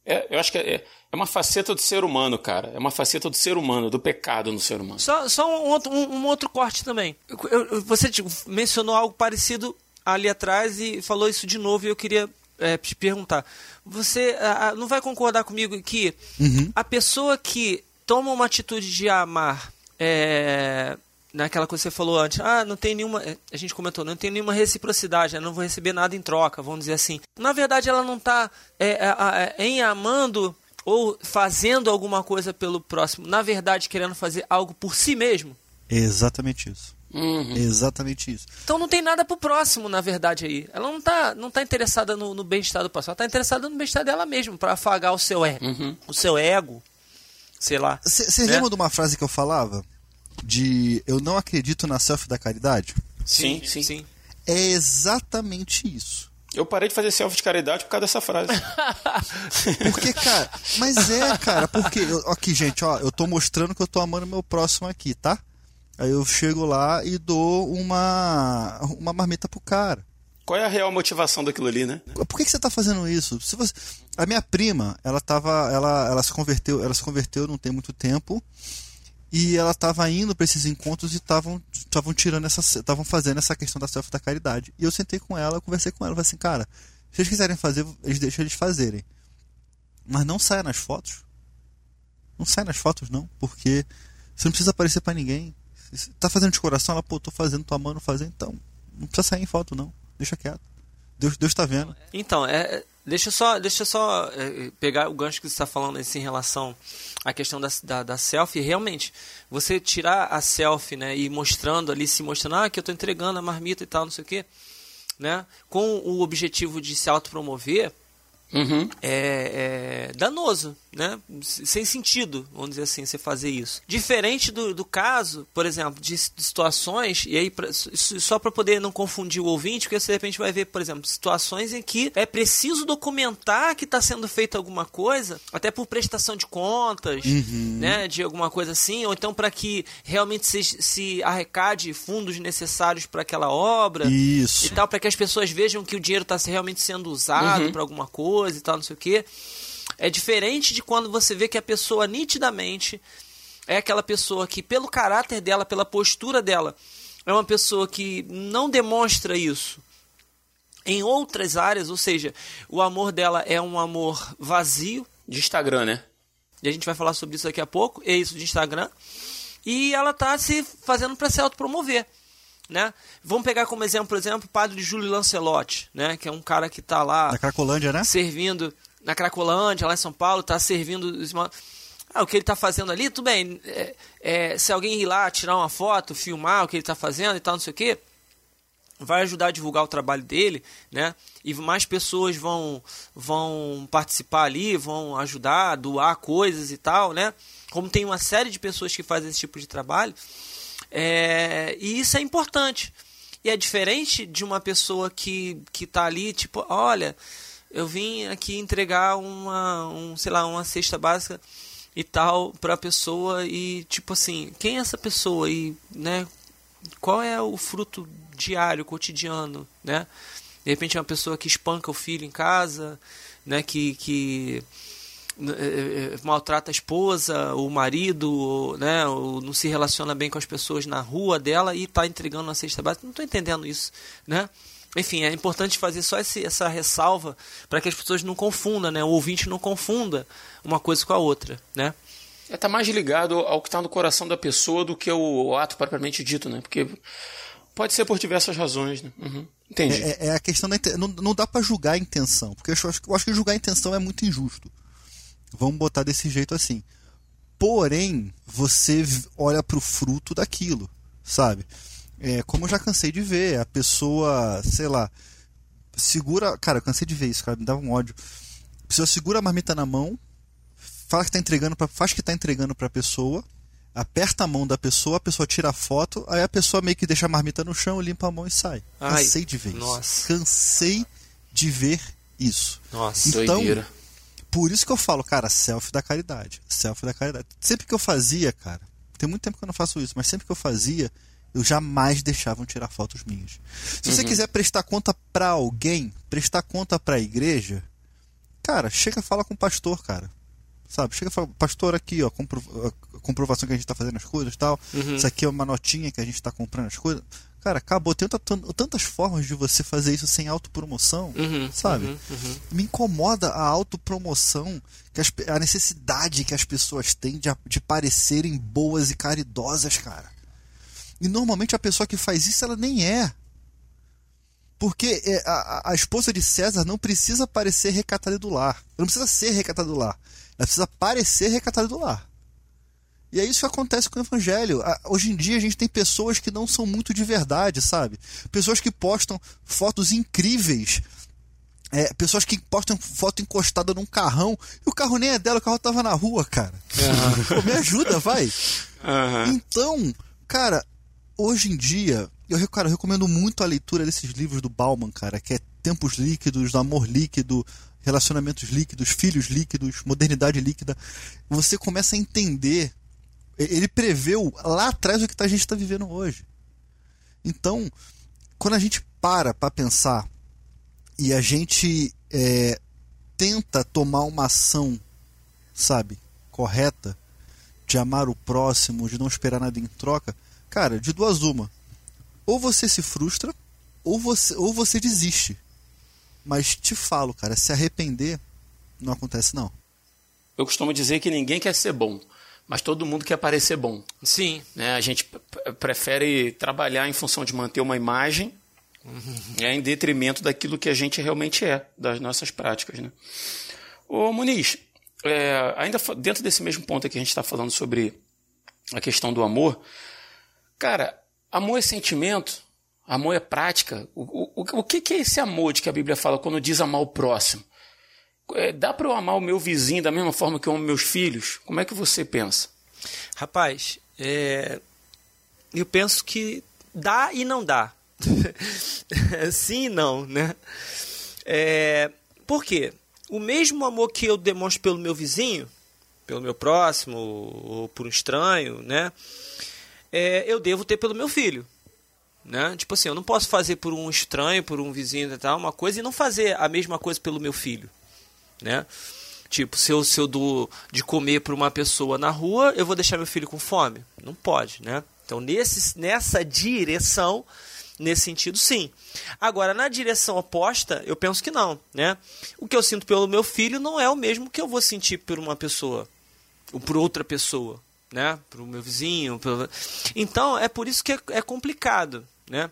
Eu acho que é uma faceta do ser humano, cara. É uma faceta do ser humano, do pecado no ser humano. Só um outro corte também. Você mencionou algo parecido ali atrás e falou isso de novo e eu queria te perguntar. Você não vai concordar comigo que a pessoa que toma uma atitude de amar, naquela coisa que você falou antes, não tem nenhuma, a gente comentou, não tem nenhuma reciprocidade, eu não vou receber nada em troca, vamos dizer assim. Na verdade, ela não está em amando ou fazendo alguma coisa pelo próximo, na verdade, querendo fazer algo por si mesmo. É exatamente isso. Exatamente isso. Então não tem nada pro próximo, na verdade, aí. Ela não tá interessada no bem-estar do próximo, ela tá interessada no bem-estar dela mesma, para afagar o seu ego, sei lá. Você lembra de uma frase que eu falava? Eu não acredito na selfie da caridade? Sim. É exatamente isso. Eu parei de fazer selfie de caridade por causa dessa frase. Porque, cara, porque... Aqui, gente, ó, eu tô mostrando que eu tô amando meu próximo aqui, tá? Aí eu chego lá e dou uma marmita pro cara. Qual é a real motivação daquilo ali, né? Por que você tá fazendo isso? A minha prima, ela se converteu não tem muito tempo, e ela tava indo para esses encontros e estavam fazendo essa questão da selfie da caridade. E eu sentei com ela, conversei com ela, falei assim, cara, se eles quiserem fazer, deixa eles fazerem. Mas não saia nas fotos. Não saia nas fotos, não, porque você não precisa aparecer para ninguém. Tá fazendo de coração, ela, tô fazendo, tô amando fazer, então não precisa sair em foto, não. Deixa quieto. Deus tá vendo. Então, deixa eu só pegar o gancho que você está falando assim, em relação à questão da selfie. Realmente, você tirar a selfie, né, e se mostrando, que eu tô entregando a marmita e tal, não sei o quê, né, com o objetivo de se autopromover, é danoso, né? Sem sentido, vamos dizer assim, você fazer isso. Diferente do caso, por exemplo, de situações, e aí só para poder não confundir o ouvinte, porque você de repente vai ver, por exemplo, situações em que é preciso documentar que está sendo feita alguma coisa, até por prestação de contas, né, de alguma coisa assim, ou então para que realmente se arrecade fundos necessários para aquela obra. Isso. E tal, para que as pessoas vejam que o dinheiro está realmente sendo usado para alguma coisa e tal, não sei o quê. É diferente de quando você vê que a pessoa nitidamente é aquela pessoa que, pelo caráter dela, pela postura dela, é uma pessoa que não demonstra isso em outras áreas, ou seja, o amor dela é um amor vazio. De Instagram, né? E a gente vai falar sobre isso daqui a pouco, é isso de Instagram. E ela está se fazendo para se autopromover, né? Vamos pegar como exemplo, por exemplo, o padre Júlio Lancelotti, né? Que é um cara que está lá... Na Cracolândia, né? Servindo... Na Cracolândia, lá em São Paulo, está servindo... o que ele está fazendo ali, tudo bem. Se alguém ir lá tirar uma foto, filmar o que ele está fazendo e tal, não sei o quê, vai ajudar a divulgar o trabalho dele, né? E mais pessoas vão participar ali, vão ajudar, doar coisas e tal, né? Como tem uma série de pessoas que fazem esse tipo de trabalho. E isso é importante. E é diferente de uma pessoa que está ali, tipo, olha, eu vim aqui entregar uma cesta básica e tal para a pessoa e, tipo assim, quem é essa pessoa? E, né, qual é o fruto diário, cotidiano, né? De repente é uma pessoa que espanca o filho em casa, né, que maltrata a esposa, o marido, né, ou não se relaciona bem com as pessoas na rua dela e está entregando uma cesta básica. Não estou entendendo isso, né? Enfim, é importante fazer só essa ressalva para que as pessoas não confundam, né? O ouvinte não confunda uma coisa com a outra, né? Tá mais ligado ao que está no coração da pessoa do que o ato propriamente dito, né? Porque pode ser por diversas razões, né? Entendi. É a questão da não dá para julgar a intenção, porque eu acho que julgar a intenção é muito injusto. Vamos botar desse jeito assim. Porém, você olha pro fruto daquilo, sabe? Como eu já cansei de ver, a pessoa, sei lá, segura... Cara, eu cansei de ver isso, cara, me dá um ódio. A pessoa segura a marmita na mão, faz que tá entregando pra pessoa, aperta a mão da pessoa, a pessoa tira a foto, aí a pessoa meio que deixa a marmita no chão, limpa a mão e sai. Cansei de ver isso. Cansei de ver isso. Nossa, então, doideira. Por isso que eu falo, cara, selfie da caridade. Selfie da caridade. Sempre que eu fazia, cara, tem muito tempo que eu não faço isso, mas sempre que eu fazia, eu jamais deixava tirar fotos minhas. Se você quiser prestar conta pra alguém, prestar conta pra igreja, cara, chega e fala com o pastor, cara. Sabe? Chega e fala, pastor, aqui, ó, a comprovação que a gente tá fazendo as coisas e tal. Isso aqui é uma notinha que a gente tá comprando as coisas. Cara, acabou. Tem tantas formas de você fazer isso sem autopromoção, sabe? Me incomoda a autopromoção, a necessidade que as pessoas têm de parecerem boas e caridosas, cara. E normalmente a pessoa que faz isso, ela nem é. Porque a esposa de César não precisa parecer recatada do lar. Ela não precisa ser recatada do lar. Ela precisa parecer recatada do lar. E é isso que acontece com o evangelho. Hoje em dia a gente tem pessoas que não são muito de verdade, sabe? Pessoas que postam fotos incríveis. Pessoas que postam foto encostada num carrão. E o carro nem é dela, o carro tava na rua, cara. Pô, me ajuda, vai. Então, cara, hoje em dia, eu recomendo muito a leitura desses livros do Bauman, cara, que é Tempos Líquidos, Amor Líquido, Relacionamentos Líquidos, Filhos Líquidos, Modernidade Líquida. Você começa a entender. Ele preveu lá atrás o que a gente está vivendo hoje. Então, quando a gente para pensar e a gente tenta tomar uma ação, sabe, correta, de amar o próximo, de não esperar nada em troca, cara, de duas uma. Ou você se frustra, ou você desiste. Mas te falo, cara, se arrepender não acontece, não. Eu costumo dizer que ninguém quer ser bom, mas todo mundo quer parecer bom. Sim. Né? A gente prefere trabalhar em função de manter uma imagem em detrimento daquilo que a gente realmente é, das nossas práticas. Né? Ô Muniz, ainda dentro desse mesmo ponto que a gente está falando sobre a questão do amor, cara, amor é sentimento, amor é prática. O que é esse amor de que a Bíblia fala quando diz amar o próximo? Dá para eu amar o meu vizinho da mesma forma que eu amo meus filhos? Como é que você pensa? Rapaz, eu penso que dá e não dá. Sim e não, né? Por quê? O mesmo amor que eu demonstro pelo meu vizinho, pelo meu próximo ou por um estranho, né? Eu devo ter pelo meu filho. Né? Tipo assim, eu não posso fazer por um estranho, por um vizinho e tal, uma coisa, e não fazer a mesma coisa pelo meu filho. Né? Tipo, se eu dou de comer para uma pessoa na rua, eu vou deixar meu filho com fome? Não pode, né? Então, nessa direção, nesse sentido, sim. Agora, na direção oposta, eu penso que não, né? O que eu sinto pelo meu filho não é o mesmo que eu vou sentir por uma pessoa, ou por outra pessoa, né? Para o meu vizinho. Então, é por isso que é complicado, né?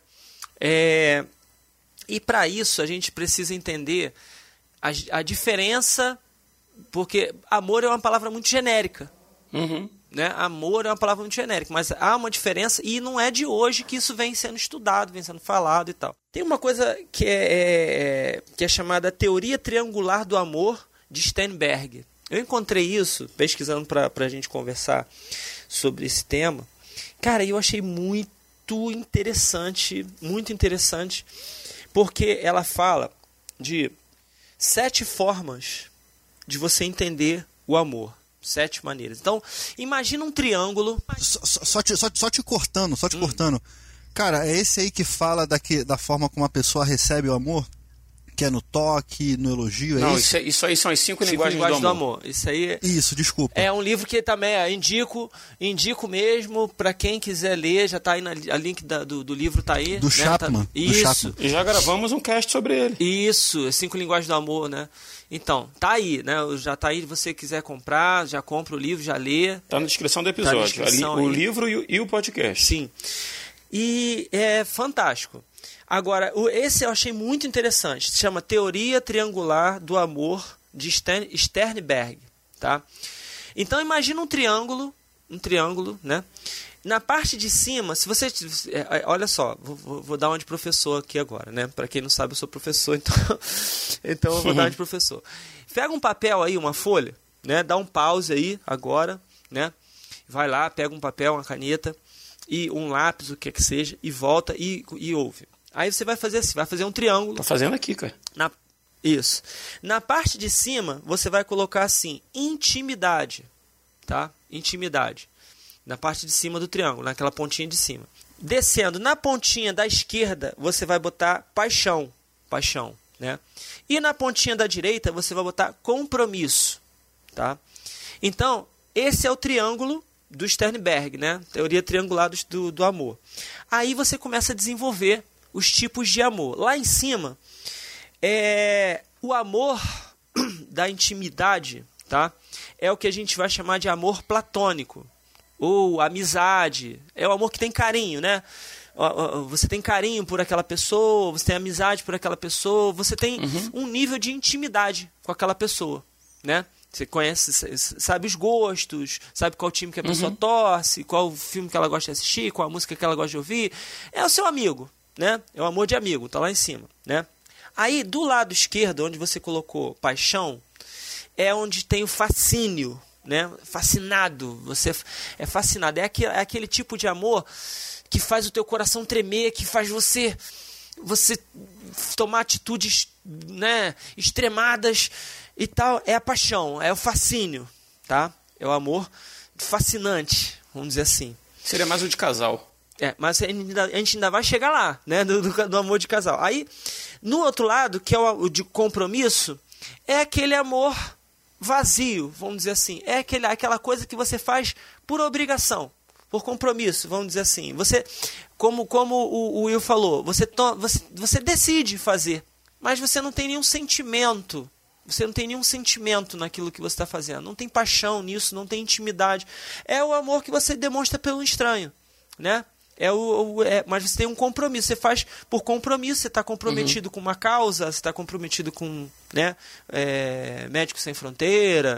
E para isso, a gente precisa entender a diferença, porque amor é uma palavra muito genérica. Né? Amor é uma palavra muito genérica, mas há uma diferença, e não é de hoje que isso vem sendo estudado, vem sendo falado e tal. Tem uma coisa que é chamada Teoria Triangular do Amor, de Sternberg. Eu encontrei isso pesquisando para a gente conversar sobre esse tema. Cara, eu achei muito interessante, porque ela fala de 7 formas de você entender o amor. 7 maneiras. Então, imagina um triângulo. Só te cortando. Cara, é esse aí que fala da forma como a pessoa recebe o amor? Que é no toque, no elogio? Não, isso aí são as 5 linguagens do amor. Isso aí. Isso, desculpa. É um livro que também indico mesmo para quem quiser ler. Já tá aí a link do livro, tá aí. Do né? Chapman. Isso. E já gravamos um cast sobre ele. Isso, 5 linguagens do amor, né? Então, tá aí, né? Já tá aí, se você quiser comprar, já compra o livro, já lê. Tá na descrição do episódio. O livro e o podcast. Sim. E é fantástico. Agora, esse eu achei muito interessante. Se chama Teoria Triangular do Amor, de Sternberg. Tá? Então, imagina um triângulo, né? Na parte de cima, se você... olha só, vou dar uma de professor aqui agora, né? Para quem não sabe, eu sou professor, então eu vou dar uma de professor. Pega um papel aí, uma folha, né? Dá um pause aí agora, né? Vai lá, pega um papel, uma caneta e um lápis, o que seja, e volta e ouve. Aí você vai fazer assim, vai fazer um triângulo. Tô fazendo aqui, cara. Isso. Na parte de cima, você vai colocar assim, intimidade, tá? Intimidade. Na parte de cima do triângulo, naquela pontinha de cima. Descendo, na pontinha da esquerda, você vai botar paixão. Paixão. né? E na pontinha da direita você vai botar compromisso, tá? Então, esse é o triângulo do Sternberg, né? Teoria triangular do amor. Aí você começa a desenvolver os tipos de amor. Lá em cima, o amor da intimidade, tá? É o que a gente vai chamar de amor platônico, ou amizade. É o amor que tem carinho, né? Você tem carinho por aquela pessoa, você tem amizade por aquela pessoa, você tem um nível de intimidade com aquela pessoa, né? Você conhece, sabe os gostos, sabe qual time que a pessoa torce, qual filme que ela gosta de assistir, qual a música que ela gosta de ouvir. É o seu amigo, né? É o amor de amigo, tá lá em cima, né? Aí, do lado esquerdo, onde você colocou paixão, é onde tem o fascínio, né? Fascinado, você é fascinado. É aquele tipo de amor que faz o teu coração tremer, que faz você tomar atitudes, né, extremadas e tal. É a paixão, é o fascínio, tá? É o amor fascinante, vamos dizer assim. Seria mais o de casal. Mas a gente ainda vai chegar lá, né, do amor de casal. Aí, no outro lado, que é o de compromisso, é aquele amor vazio, vamos dizer assim. É aquela coisa que você faz por obrigação, por compromisso, vamos dizer assim. Você, como o Will falou, você decide fazer, mas você não tem nenhum sentimento. Você não tem nenhum sentimento naquilo que você está fazendo. Não tem paixão nisso, não tem intimidade. É o amor que você demonstra pelo estranho, né? Mas você tem um compromisso. Você faz por compromisso. Você está comprometido com uma causa. Você está comprometido com, né, Médicos Sem Fronteira.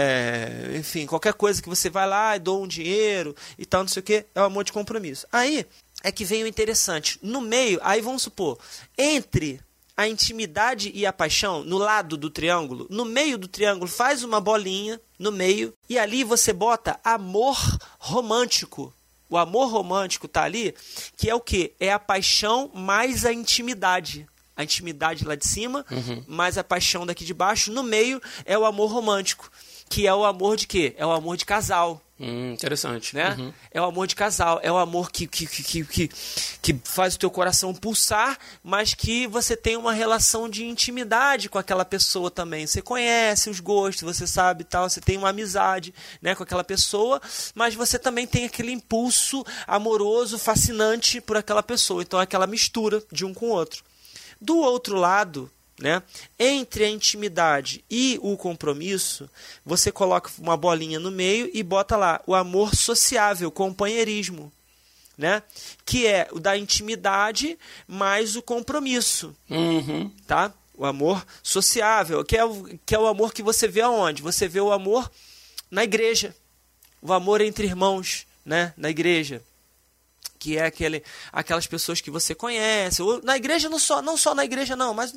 Enfim, qualquer coisa que você vai lá e doa um dinheiro e tal, não sei o que. É o amor de compromisso. Aí é que vem o interessante. No meio, aí vamos supor, entre a intimidade e a paixão, no lado do triângulo, no meio do triângulo, faz uma bolinha no meio e ali você bota amor romântico. O amor romântico está ali, que é o quê? É a paixão mais a intimidade. A intimidade lá de cima, mais a paixão daqui de baixo. No meio é o amor romântico, que é o amor de quê? É o amor de casal. Interessante. Né? É o amor de casal, é o amor que faz o teu coração pulsar, mas que você tem uma relação de intimidade com aquela pessoa também. Você conhece os gostos, você sabe tal, você tem uma amizade, né, com aquela pessoa, mas você também tem aquele impulso amoroso, fascinante por aquela pessoa. Então é aquela mistura de um com o outro. Do outro lado, né, entre a intimidade e o compromisso, você coloca uma bolinha no meio e bota lá o amor sociável, companheirismo, né, que é o da intimidade mais o compromisso, tá? O amor sociável, que é o amor que você vê aonde? Você vê o amor na igreja, o amor entre irmãos, né, na igreja. Que é aquelas pessoas que você conhece. Ou na igreja, não só na igreja, não, mas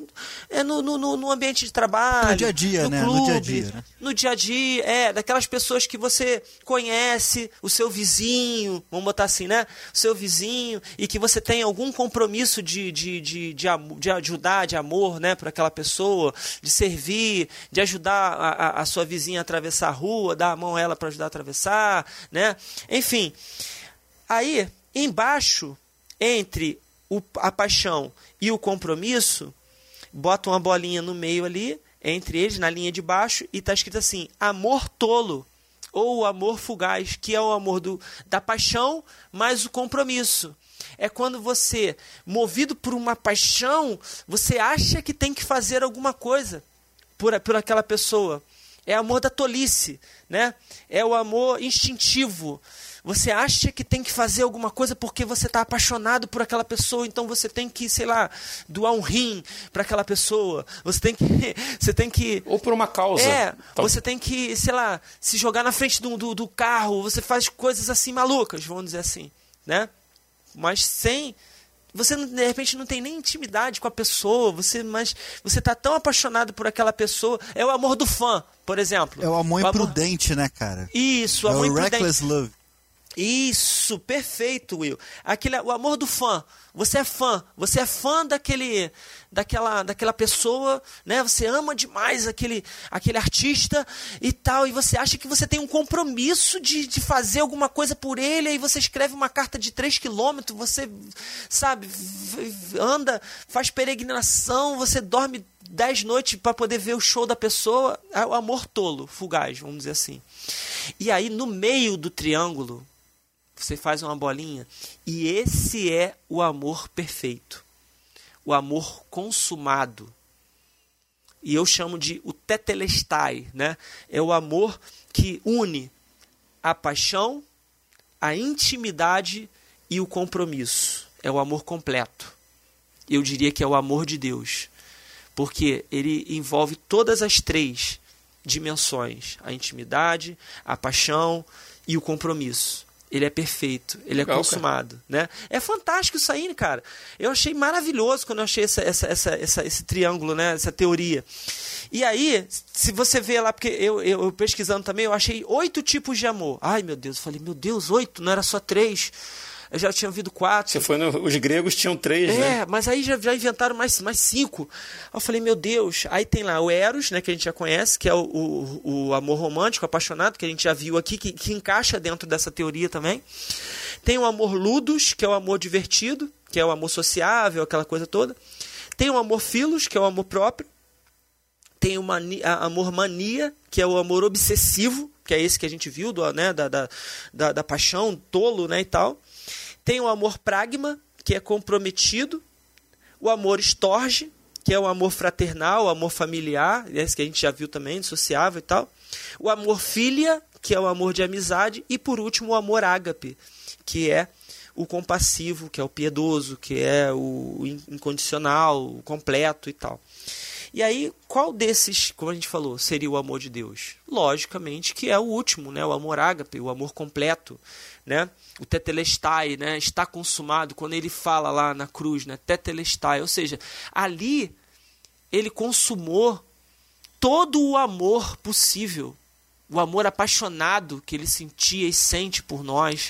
no ambiente de trabalho. No dia a dia, no né? clube, No dia a dia, né? No dia a dia, daquelas pessoas que você conhece, o seu vizinho, vamos botar assim, né? O seu vizinho, e que você tem algum compromisso de ajudar, de amor, né? Por aquela pessoa, de servir, de ajudar a sua vizinha a atravessar a rua, dar a mão a ela para ajudar a atravessar, né? Enfim, aí, embaixo, entre a paixão e o compromisso, bota uma bolinha no meio ali, entre eles, na linha de baixo, e está escrito assim, amor tolo, ou amor fugaz, que é o amor da paixão mais o compromisso. É quando você, movido por uma paixão, você acha que tem que fazer alguma coisa por aquela pessoa. É amor da tolice, né? É o amor instintivo. Você acha que tem que fazer alguma coisa porque você está apaixonado por aquela pessoa, então você tem que, sei lá, doar um rim para aquela pessoa. Você tem que... Ou por uma causa. Você tem que, sei lá, se jogar na frente do carro. Você faz coisas assim malucas, vamos dizer assim, né? Mas sem... Você, de repente, não tem nem intimidade com a pessoa, mas você está tão apaixonado por aquela pessoa. É o amor do fã, por exemplo. É o amor imprudente, né, cara? Isso, o é amor o imprudente. reckless love. Isso, perfeito, Will. O amor do fã. Você é fã daquela pessoa, né? Você ama demais aquele artista e tal, e você acha que você tem um compromisso de fazer alguma coisa por ele, aí você escreve uma carta de 3 quilômetros, você, sabe, anda, faz peregrinação, você dorme 10 noites para poder ver o show da pessoa. É o amor tolo, fugaz, vamos dizer assim. E aí, no meio do triângulo, você faz uma bolinha, e esse é o amor perfeito, o amor consumado. E eu chamo de o tetelestai, né? É o amor que une a paixão, a intimidade e o compromisso. É o amor completo. Eu diria que é o amor de Deus, porque ele envolve todas as 3 dimensões: a intimidade, a paixão e o compromisso. Ele é perfeito, ele é consumado, né? É fantástico isso aí, cara. Eu achei maravilhoso quando eu achei esse triângulo, né? Essa teoria. E aí, se você vê lá, porque eu pesquisando também, eu achei 8 tipos de amor. Ai, meu Deus, eu falei, meu Deus, 8, não era só 3. Eu já tinha ouvido 4. Você foi os gregos tinham 3, né? Mas aí já inventaram mais 5. Eu falei, meu Deus. Aí tem lá o Eros, né, que a gente já conhece, que é o amor romântico, apaixonado, que a gente já viu aqui, que encaixa dentro dessa teoria também. Tem o amor ludus, que é o amor divertido, que é o amor sociável, aquela coisa toda. Tem o amor philos, que é o amor próprio. Tem o amor mania, que é o amor obsessivo, que é esse que a gente viu, né, da paixão, tolo, né, e tal. Tem o amor pragma, que é comprometido. O amor storge, que é o amor fraternal, o amor familiar, esse que a gente já viu também, sociável e tal. O amor filia, que é o amor de amizade. E, por último, o amor ágape, que é o compassivo, que é o piedoso, que é o incondicional, o completo e tal. E aí, qual desses, como a gente falou, seria o amor de Deus? Logicamente que é o último, né? O amor ágape, o amor completo, né? O tetelestai, né? Está consumado, quando ele fala lá na cruz, né? Tetelestai, ou seja, ali ele consumou todo o amor possível, o amor apaixonado que ele sentia e sente por nós,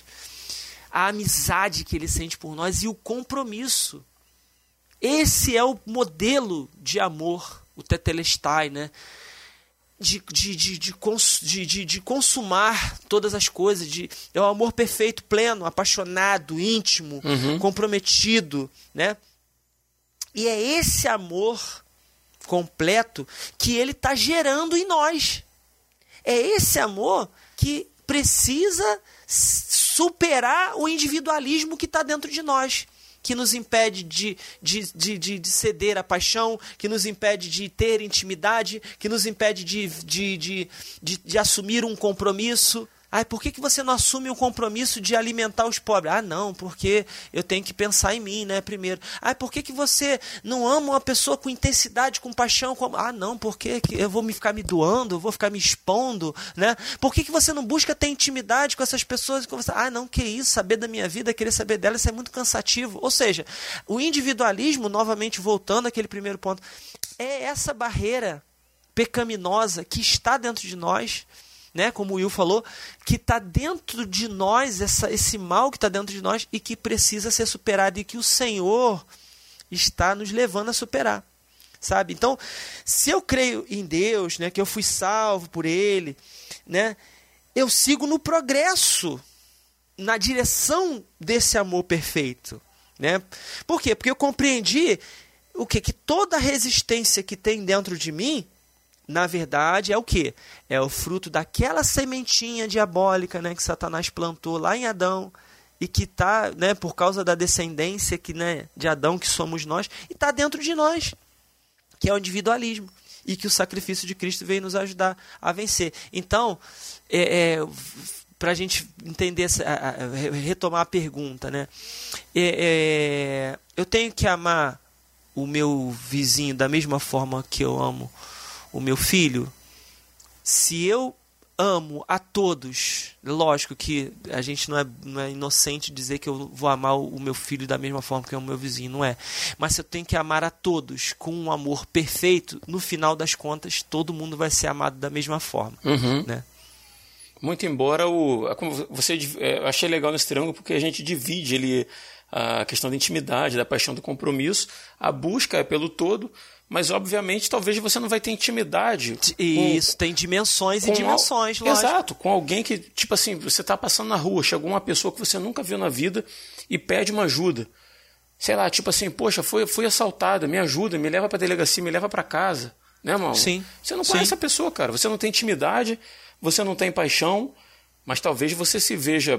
a amizade que ele sente por nós e o compromisso. Esse é o modelo de amor, o tetelestai, né? De consumar todas as coisas, é o amor perfeito, pleno, apaixonado, íntimo, comprometido, né? E é esse amor completo que ele está gerando em nós. É esse amor que precisa superar o individualismo que está dentro de nós, que nos impede de ceder à paixão, que nos impede de ter intimidade, que nos impede de assumir um compromisso. Ai, por que você não assume o compromisso de alimentar os pobres? Ah, não, porque eu tenho que pensar em mim, né, primeiro. Ai, por que você não ama uma pessoa com intensidade, com paixão? Ah, não, porque eu vou ficar me doando, eu vou ficar me expondo, né? Por que você não busca ter intimidade com essas pessoas? Ah, não, que isso, saber da minha vida, querer saber dela, isso é muito cansativo. Ou seja, o individualismo, novamente voltando àquele primeiro ponto, é essa barreira pecaminosa que está dentro de nós, né, como o Will falou, que está dentro de nós, esse mal que está dentro de nós e que precisa ser superado e que o Senhor está nos levando a superar, sabe? Então, se eu creio em Deus, né, que eu fui salvo por Ele, né, eu sigo no progresso, na direção desse amor perfeito, né? Por quê? Porque eu compreendi o quê? Que toda a resistência que tem dentro de mim, na verdade, é o quê? É o fruto daquela sementinha diabólica, né, que Satanás plantou lá em Adão e que está, né, por causa da descendência que, né, de Adão, que somos nós, e está dentro de nós, que é o individualismo, e que o sacrifício de Cristo veio nos ajudar a vencer. Então, para a gente entender, retomar a pergunta, né, eu tenho que amar o meu vizinho da mesma forma que eu amo o meu filho? Se eu amo a todos, lógico que a gente não é inocente dizer que eu vou amar o meu filho da mesma forma que eu amo o meu vizinho, não é. Mas se eu tenho que amar a todos com um amor perfeito, no final das contas, todo mundo vai ser amado da mesma forma, né? Muito embora eu achei legal nesse triângulo porque a gente divide ele a questão da intimidade, da paixão, do compromisso, a busca é pelo todo, mas obviamente talvez você não vai ter intimidade. Isso, tem dimensões e dimensões, lógico. Exato, com alguém que, tipo assim, você está passando na rua, chegou uma pessoa que você nunca viu na vida e pede uma ajuda. Sei lá, tipo assim, poxa, fui assaltada, me ajuda, me leva para a delegacia, me leva para casa. Né, irmão? Sim. Você não conhece a pessoa, cara. Você não tem intimidade, você não tem paixão, mas talvez você se veja,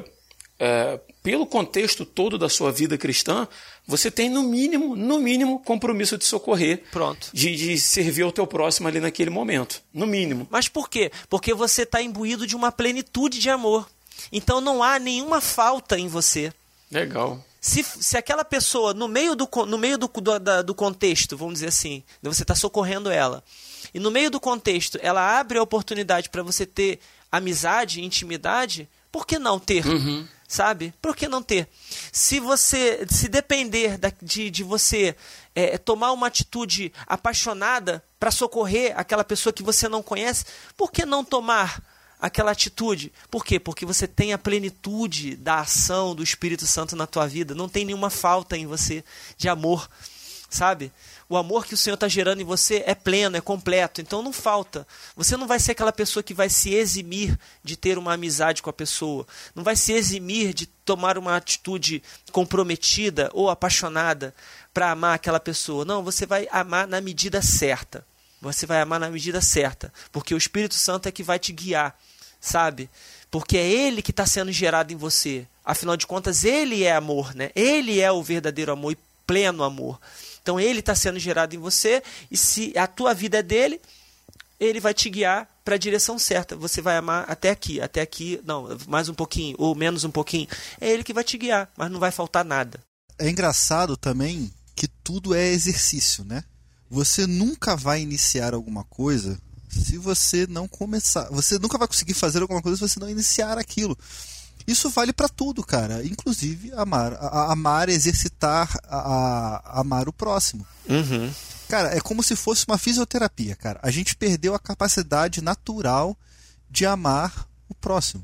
pelo contexto todo da sua vida cristã, você tem no mínimo, compromisso de socorrer. Pronto. De servir ao teu próximo ali naquele momento. No mínimo. Mas por quê? Porque você está imbuído de uma plenitude de amor. Então não há nenhuma falta em você. Legal. Se aquela pessoa, no meio do contexto, vamos dizer assim, você está socorrendo ela, e no meio do contexto ela abre a oportunidade para você ter amizade, intimidade, por que não ter? Uhum. Sabe? Por que não ter? Se depender de você tomar uma atitude apaixonada para socorrer aquela pessoa que você não conhece, por que não tomar aquela atitude? Por quê? Porque você tem a plenitude da ação do Espírito Santo na tua vida. Não tem nenhuma falta em você de amor, sabe? O amor que o Senhor está gerando em você é pleno, é completo, então não falta. Você não vai ser aquela pessoa que vai se eximir de ter uma amizade com a pessoa, não vai se eximir de tomar uma atitude comprometida ou apaixonada para amar aquela pessoa. Não, você vai amar na medida certa. Você vai amar na medida certa, porque o Espírito Santo é que vai te guiar, sabe? Porque é Ele que está sendo gerado em você. Afinal de contas, Ele é amor, né? Ele é o verdadeiro amor e pleno amor. Então Ele está sendo gerado em você, e se a tua vida é dele, Ele vai te guiar para a direção certa. Você vai amar até aqui, não, mais um pouquinho, ou menos um pouquinho. É Ele que vai te guiar, mas não vai faltar nada. É engraçado também que tudo é exercício, né? Você nunca vai iniciar alguma coisa se você não começar. Você nunca vai conseguir fazer alguma coisa se você não iniciar aquilo. Isso vale para tudo, cara. Inclusive amar, exercitar, amar o próximo. Uhum. Cara, é como se fosse uma fisioterapia, cara. A gente perdeu a capacidade natural de amar o próximo.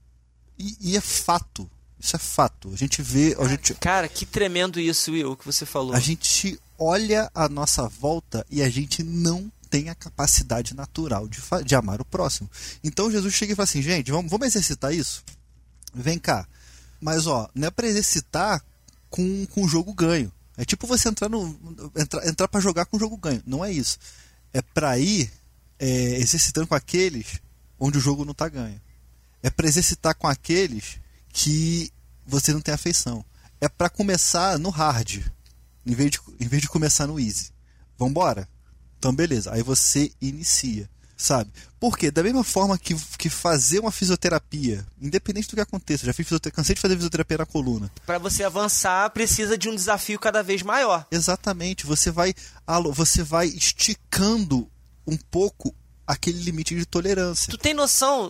E é fato. Isso é fato. A gente vê... Cara, que tremendo isso, Will, que você falou. A gente olha à nossa volta e a gente não tem a capacidade natural de amar o próximo. Então Jesus chega e fala assim, gente, vamos exercitar isso? Vem cá. Mas, não é para exercitar com jogo ganho. É tipo você entrar para jogar com jogo ganho. Não é isso. É para ir exercitando com aqueles onde o jogo não está ganho. É para exercitar com aqueles que você não tem afeição. É para começar no hard, em vez de começar no easy. Vambora? Então beleza, aí você inicia, sabe? Porque da mesma forma que fazer uma fisioterapia, independente do que aconteça, cansei de fazer fisioterapia na coluna. Para você avançar, precisa de um desafio cada vez maior. Exatamente, você vai esticando um pouco aquele limite de tolerância. Tu tem noção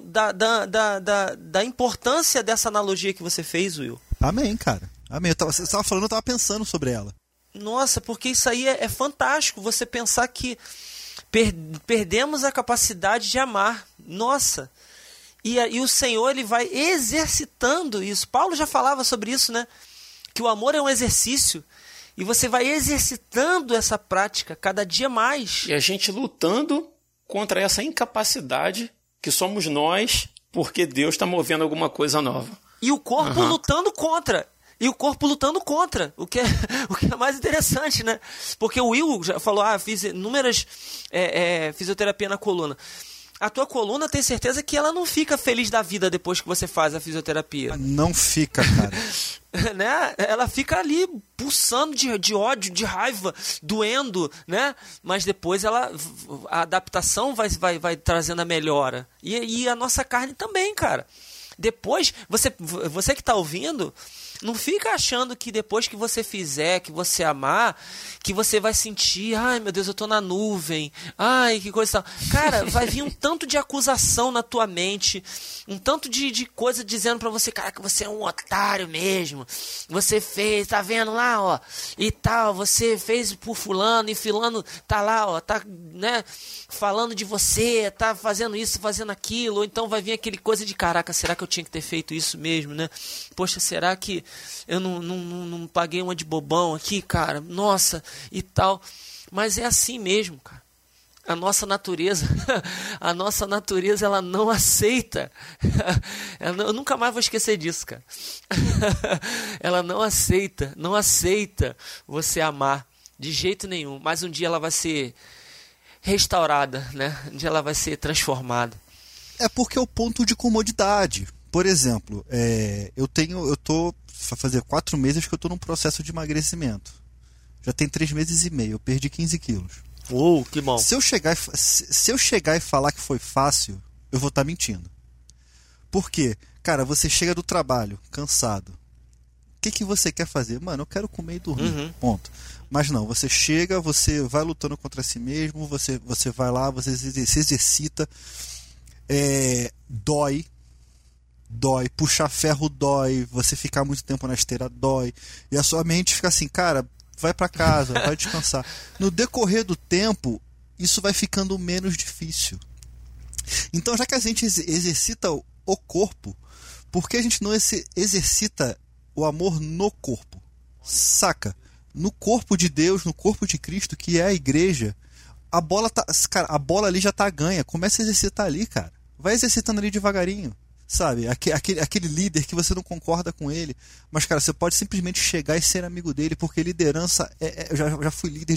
da importância dessa analogia que você fez, Will? Amém, cara. Amém. Você estava falando, eu estava pensando sobre ela. Nossa, porque isso aí é fantástico. Você pensar que perdemos a capacidade de amar. Nossa. E o Senhor, Ele vai exercitando isso. Paulo já falava sobre isso, né? Que o amor é um exercício. E você vai exercitando essa prática cada dia mais. E a gente lutando contra essa incapacidade que somos nós, porque Deus está movendo alguma coisa nova. E o corpo lutando contra. O que é mais interessante, né? Porque o Will já falou, fiz inúmeras fisioterapia na coluna. A tua coluna, tem certeza que ela não fica feliz da vida depois que você faz a fisioterapia. Não fica, cara. Né? Ela fica ali pulsando de ódio, de raiva, doendo, né? Mas depois a adaptação vai trazendo a melhora. E a nossa carne também, cara. Depois, você que está ouvindo, Não fica achando que depois que você fizer, que você amar, que você vai sentir, ai meu Deus, eu tô na nuvem, ai que coisa tal. Cara, vai vir um tanto de acusação na tua mente, um tanto de coisa dizendo pra você, cara, que você é um otário mesmo, você fez, tá vendo lá, ó, e tal, você fez por fulano, e fulano tá lá, ó, tá, né, falando de você, tá fazendo isso, fazendo aquilo, ou então vai vir aquele coisa de, caraca, será que eu tinha que ter feito isso mesmo, né? Poxa, será que eu não paguei uma de bobão aqui, cara? Nossa, e tal. Mas é assim mesmo, cara. A nossa natureza, ela não aceita. Eu nunca mais vou esquecer disso, cara. Ela não aceita você amar de jeito nenhum. Mas um dia ela vai ser restaurada, né? Um dia ela vai ser transformada. É porque é o ponto de comodidade. Por exemplo, vai fazer 4 meses que eu tô num processo de emagrecimento. Já tem 3 meses e meio, eu perdi 15 quilos. Uou, que bom. Se eu chegar e falar que foi fácil, eu vou estar mentindo. Por quê? Cara, você chega do trabalho, cansado. O que você quer fazer? Mano, eu quero comer e dormir. Ponto. Mas não, você chega, você vai lutando contra si mesmo, você vai lá, você se exercita, dói, puxar ferro dói, você ficar muito tempo na esteira dói, e a sua mente fica assim, cara, vai pra casa, vai descansar. No decorrer do tempo, isso vai ficando menos difícil. Então, já que a gente exercita o corpo, por que a gente não exercita o amor no corpo? Saca? No corpo de Deus, no corpo de Cristo, que é a igreja, a bola ali já tá ganha. Começa a exercitar ali, cara. Vai exercitando ali devagarinho. Sabe, aquele líder que você não concorda com ele, mas cara, você pode simplesmente chegar e ser amigo dele, porque liderança eu já fui líder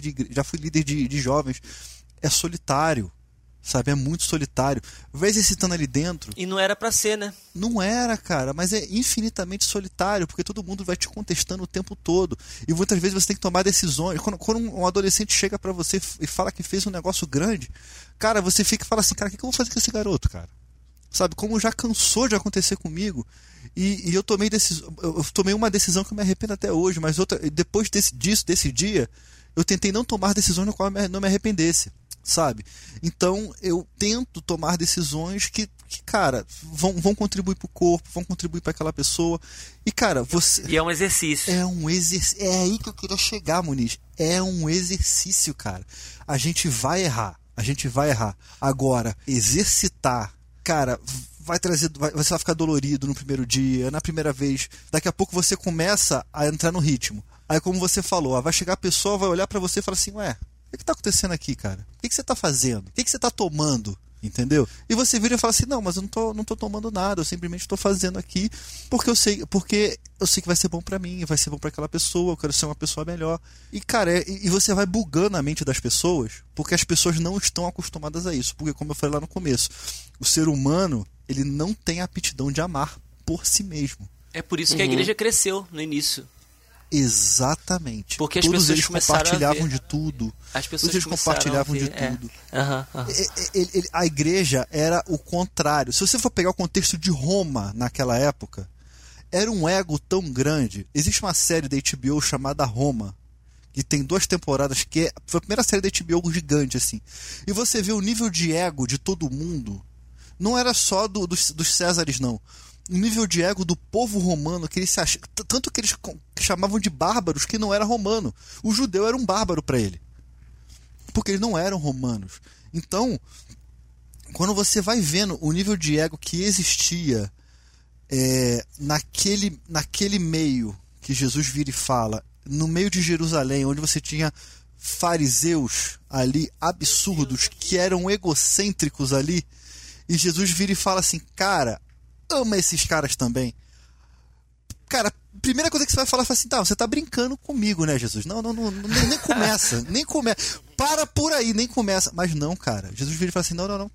de jovens, é solitário, sabe, é muito solitário. Vai exercitando ali dentro. E não era pra ser, né? Não era, cara, mas é infinitamente solitário, porque todo mundo vai te contestando o tempo todo, e muitas vezes você tem que tomar decisões. Quando um adolescente chega pra você e fala que fez um negócio grande, cara, você fica e fala assim, cara, o que eu vou fazer com esse garoto, cara? Sabe, como já cansou de acontecer comigo, e eu tomei uma decisão que eu me arrependo até hoje, mas depois desse dia, eu tentei não tomar decisões no qual eu não me arrependesse, sabe? Então eu tento tomar decisões que cara, vão contribuir pro corpo, vão contribuir para aquela pessoa, e cara, E é um exercício. É aí que eu queria chegar, Muniz. É um exercício, cara. A gente vai errar. Agora, exercitar, cara, você vai ficar dolorido no primeiro dia, na primeira vez. Daqui a pouco você começa a entrar no ritmo. Aí, como você falou, vai chegar a pessoa, vai olhar pra você e falar assim, ué, o que tá acontecendo aqui, cara? O que você tá fazendo? O que você tá tomando? Entendeu? E você vira e fala assim, não, mas eu não tô tomando nada, eu simplesmente tô fazendo aqui porque eu sei que vai ser bom pra mim, vai ser bom pra aquela pessoa, eu quero ser uma pessoa melhor. E cara, e você vai bugando a mente das pessoas, porque as pessoas não estão acostumadas a isso. Porque, como eu falei lá no começo, o ser humano, ele não tem a aptidão de amar por si mesmo. É por isso que a igreja cresceu no início. Exatamente. Porque as todos pessoas eles começaram compartilhavam a ver. de tudo. As pessoas todos eles compartilhavam de tudo. A igreja era o contrário. Se você for pegar o contexto de Roma naquela época, era um ego tão grande. Existe uma série da HBO chamada Roma, que tem 2 temporadas, foi a primeira série da HBO gigante, assim. E você vê o nível de ego de todo mundo. Não era só dos Césares, não. O nível de ego do povo romano, que eles tanto que eles chamavam de bárbaros, que não era romano. O judeu era um bárbaro para ele, porque eles não eram romanos. Então, quando você vai vendo o nível de ego que existia naquele meio que Jesus vira e fala, no meio de Jerusalém, onde você tinha fariseus ali, absurdos, que eram egocêntricos ali, e Jesus vira e fala assim, cara, ama esses caras também. Cara, a primeira coisa que você vai falar é assim, tá, você tá brincando comigo, né, Jesus? Não, nem começa, nem começa. Para por aí, nem começa. Mas não, cara. Jesus vira e fala assim, não.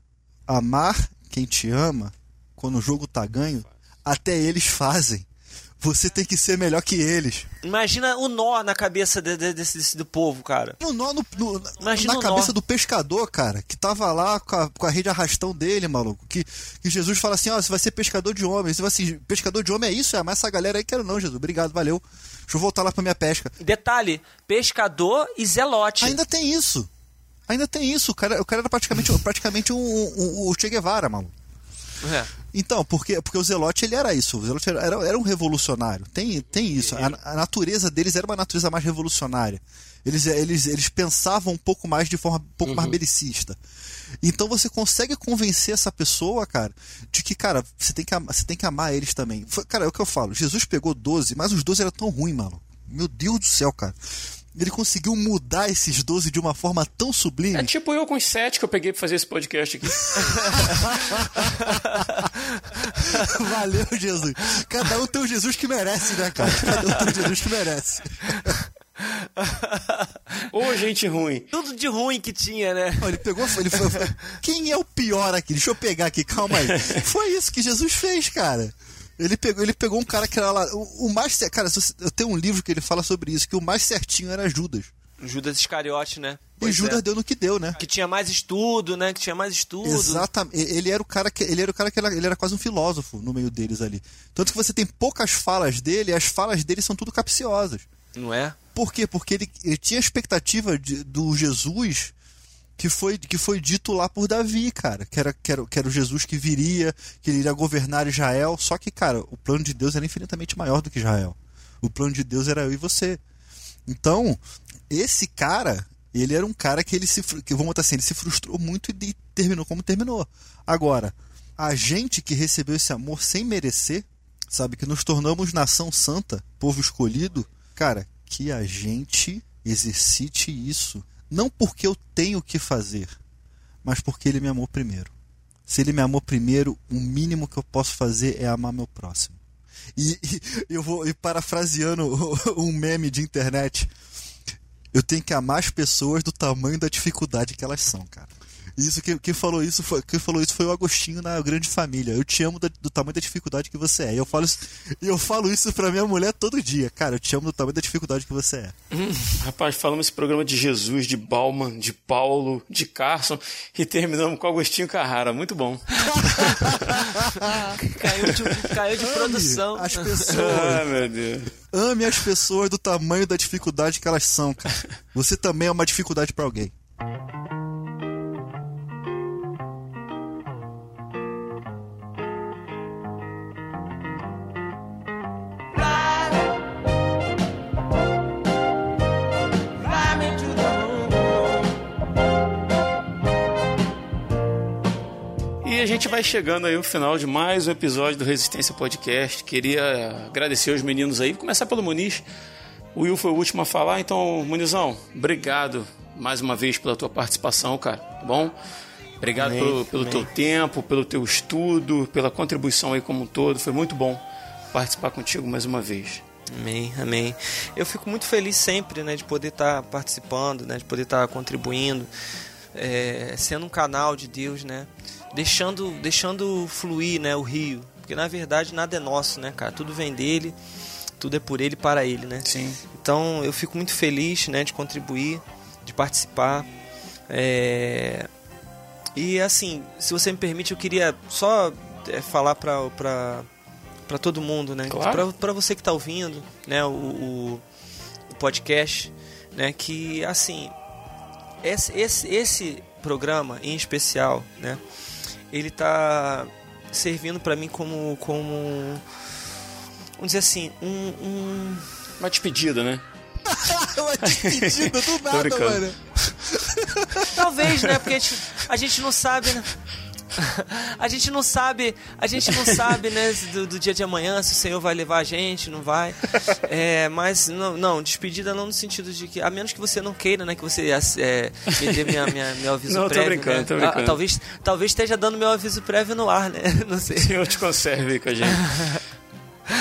Amar quem te ama, quando o jogo tá ganho, até eles fazem. Você tem que ser melhor que eles. Imagina o nó na cabeça do povo, cara. O nó Imagina na o cabeça nó. do pescador, cara, que tava lá com a rede arrastão dele, maluco. Que Jesus fala assim, ó, você vai ser pescador de homens. Você vai assim, pescador de homem é isso? É amar essa galera aí? Quero não, Jesus. Obrigado, valeu. Deixa eu voltar lá pra minha pesca. Detalhe, pescador e zelote. Ainda tem isso. O cara era praticamente o Che Guevara, maluco. É. Então, porque o Zelote, ele era isso. O Zelote era um revolucionário. Tem isso. A natureza deles era uma natureza mais revolucionária. Eles pensavam um pouco mais de forma um pouco mais belicista. Então você consegue convencer essa pessoa, cara, de que, cara, você tem que amar eles também. Cara, é o que eu falo. Jesus pegou 12, mas os 12 eram tão ruins, mano. Meu Deus do céu, cara. Ele conseguiu mudar esses 12 de uma forma tão sublime. É tipo eu com os 7 que eu peguei pra fazer esse podcast aqui. Valeu, Jesus. Cada um tem o Jesus que merece, né, cara? Cada um tem o Jesus que merece. Ô, gente ruim. Tudo de ruim que tinha, né? Ele pegou, quem é o pior aqui? Deixa eu pegar aqui, calma aí. Foi isso que Jesus fez, cara. Ele pegou um cara que era lá. O mais. Cara, eu tenho um livro que ele fala sobre isso, que o mais certinho era Judas. Judas Iscariote, né? E Judas deu no que deu, né? Que tinha mais estudo, né? Exatamente. Ele era quase um filósofo no meio deles ali. Tanto que você tem poucas falas dele, e as falas dele são tudo capciosas. Não é? Por quê? Porque ele tinha a expectativa do Jesus que foi dito lá por Davi, cara. Que era o Jesus que viria, que ele iria governar Israel. Só que, cara, o plano de Deus era infinitamente maior do que Israel. O plano de Deus era eu e você. Então, esse cara, ele era um cara que ele vamos botar assim, ele se frustrou muito e terminou como terminou. Agora, a gente que recebeu esse amor sem merecer, sabe, que nos tornamos nação santa, povo escolhido, cara, que a gente exercite isso. Não porque eu tenho que fazer, mas porque ele me amou primeiro. Se ele me amou primeiro, o mínimo que eu posso fazer é amar meu próximo. E eu vou parafraseando um meme de internet, eu tenho que amar as pessoas do tamanho da dificuldade que elas são, cara. Isso quem falou isso foi o Agostinho na Grande Família. Eu te amo do tamanho da dificuldade que você é. E eu falo isso pra minha mulher todo dia. Cara, eu te amo do tamanho da dificuldade que você é. Rapaz, falamos esse programa de Jesus, de Bauman, de Paulo, de Carson e terminamos com Agostinho Carrara. Muito bom. Caiu de produção. As pessoas. Meu Deus. Ame as pessoas do tamanho da dificuldade que elas são, cara. Você também é uma dificuldade pra alguém. E a gente vai chegando aí ao final de mais um episódio do Resistência Podcast. Queria agradecer aos meninos aí. Vou começar pelo Muniz. O Will foi o último a falar, então, Munizão, obrigado mais uma vez pela tua participação, cara. Tá bom? Obrigado pelo teu tempo, pelo teu estudo, pela contribuição aí como um todo. Foi muito bom participar contigo mais uma vez. Amém. Eu fico muito feliz sempre, né, de poder estar participando, né, de poder estar contribuindo, sendo um canal de Deus, né, deixando fluir, né, o rio, porque na verdade nada é nosso, né, cara, tudo vem dele, tudo é por ele e para ele, né. Sim. Então eu fico muito feliz, né, de contribuir, de participar, e assim, se você me permite, eu queria só falar para todo mundo, né? Claro. Para você que está ouvindo, né? O podcast, né? Que assim, esse programa em especial, né? Ele tá servindo para mim como vamos dizer assim, Uma despedida, né? Uma despedida do nada, mano. Talvez, né? Porque a gente não sabe, né? A gente não sabe, né, do dia de amanhã, se o Senhor vai levar a gente, não vai. Mas não, despedida não no sentido de que, a menos que você não queira, né, que você me dê meu aviso não, prévio. Tô brincando. Talvez esteja dando meu aviso prévio no ar, né? Não sei. Senhor te conserve aí com a gente.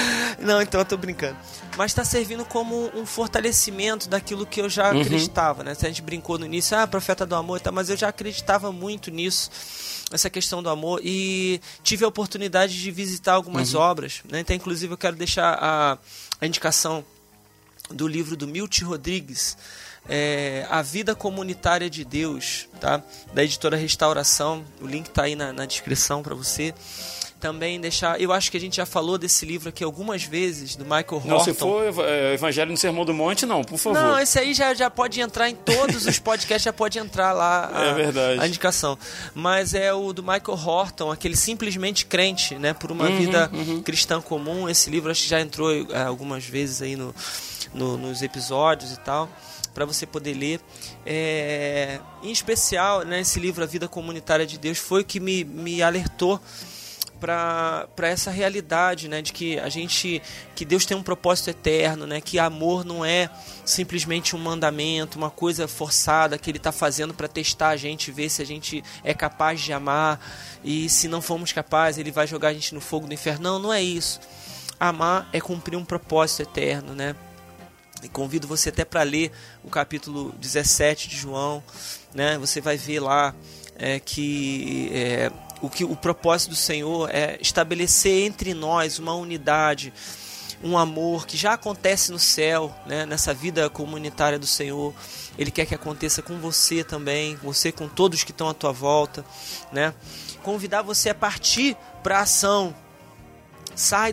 Não, então eu tô brincando. Mas está servindo como um fortalecimento daquilo que eu já acreditava, né? Se a gente brincou no início, profeta do amor e tal, mas eu já acreditava muito nisso, essa questão do amor, e tive a oportunidade de visitar algumas obras, né? Então, inclusive, eu quero deixar a indicação do livro do Milton Rodrigues, A Vida Comunitária de Deus, tá? Da editora Restauração. O link está aí na descrição para você. Também deixar, eu acho que a gente já falou desse livro aqui algumas vezes, do Michael Horton. Não, se for Evangelho no Sermão do Monte, não, por favor. Não, esse aí já pode entrar em todos os podcasts, já pode entrar lá a indicação. Mas é o do Michael Horton, aquele Simplesmente Crente, né, por uma vida cristã comum. Esse livro acho que já entrou algumas vezes aí nos episódios e tal, para você poder ler. Em especial, né, esse livro A Vida Comunitária de Deus foi o que me alertou para essa realidade, né, de que que Deus tem um propósito eterno, né, que amor não é simplesmente um mandamento, uma coisa forçada que Ele está fazendo para testar a gente, ver se a gente é capaz de amar, e se não formos capazes Ele vai jogar a gente no fogo do inferno. Não é isso. Amar é cumprir um propósito eterno, né? E convido você até para ler o capítulo 17 de João, né? Você vai ver lá que o propósito do Senhor é estabelecer entre nós uma unidade, um amor que já acontece no céu, né? Nessa vida comunitária do Senhor. Ele quer que aconteça com você também, você com todos que estão à tua volta, né? Convidar você a partir para a ação. Sai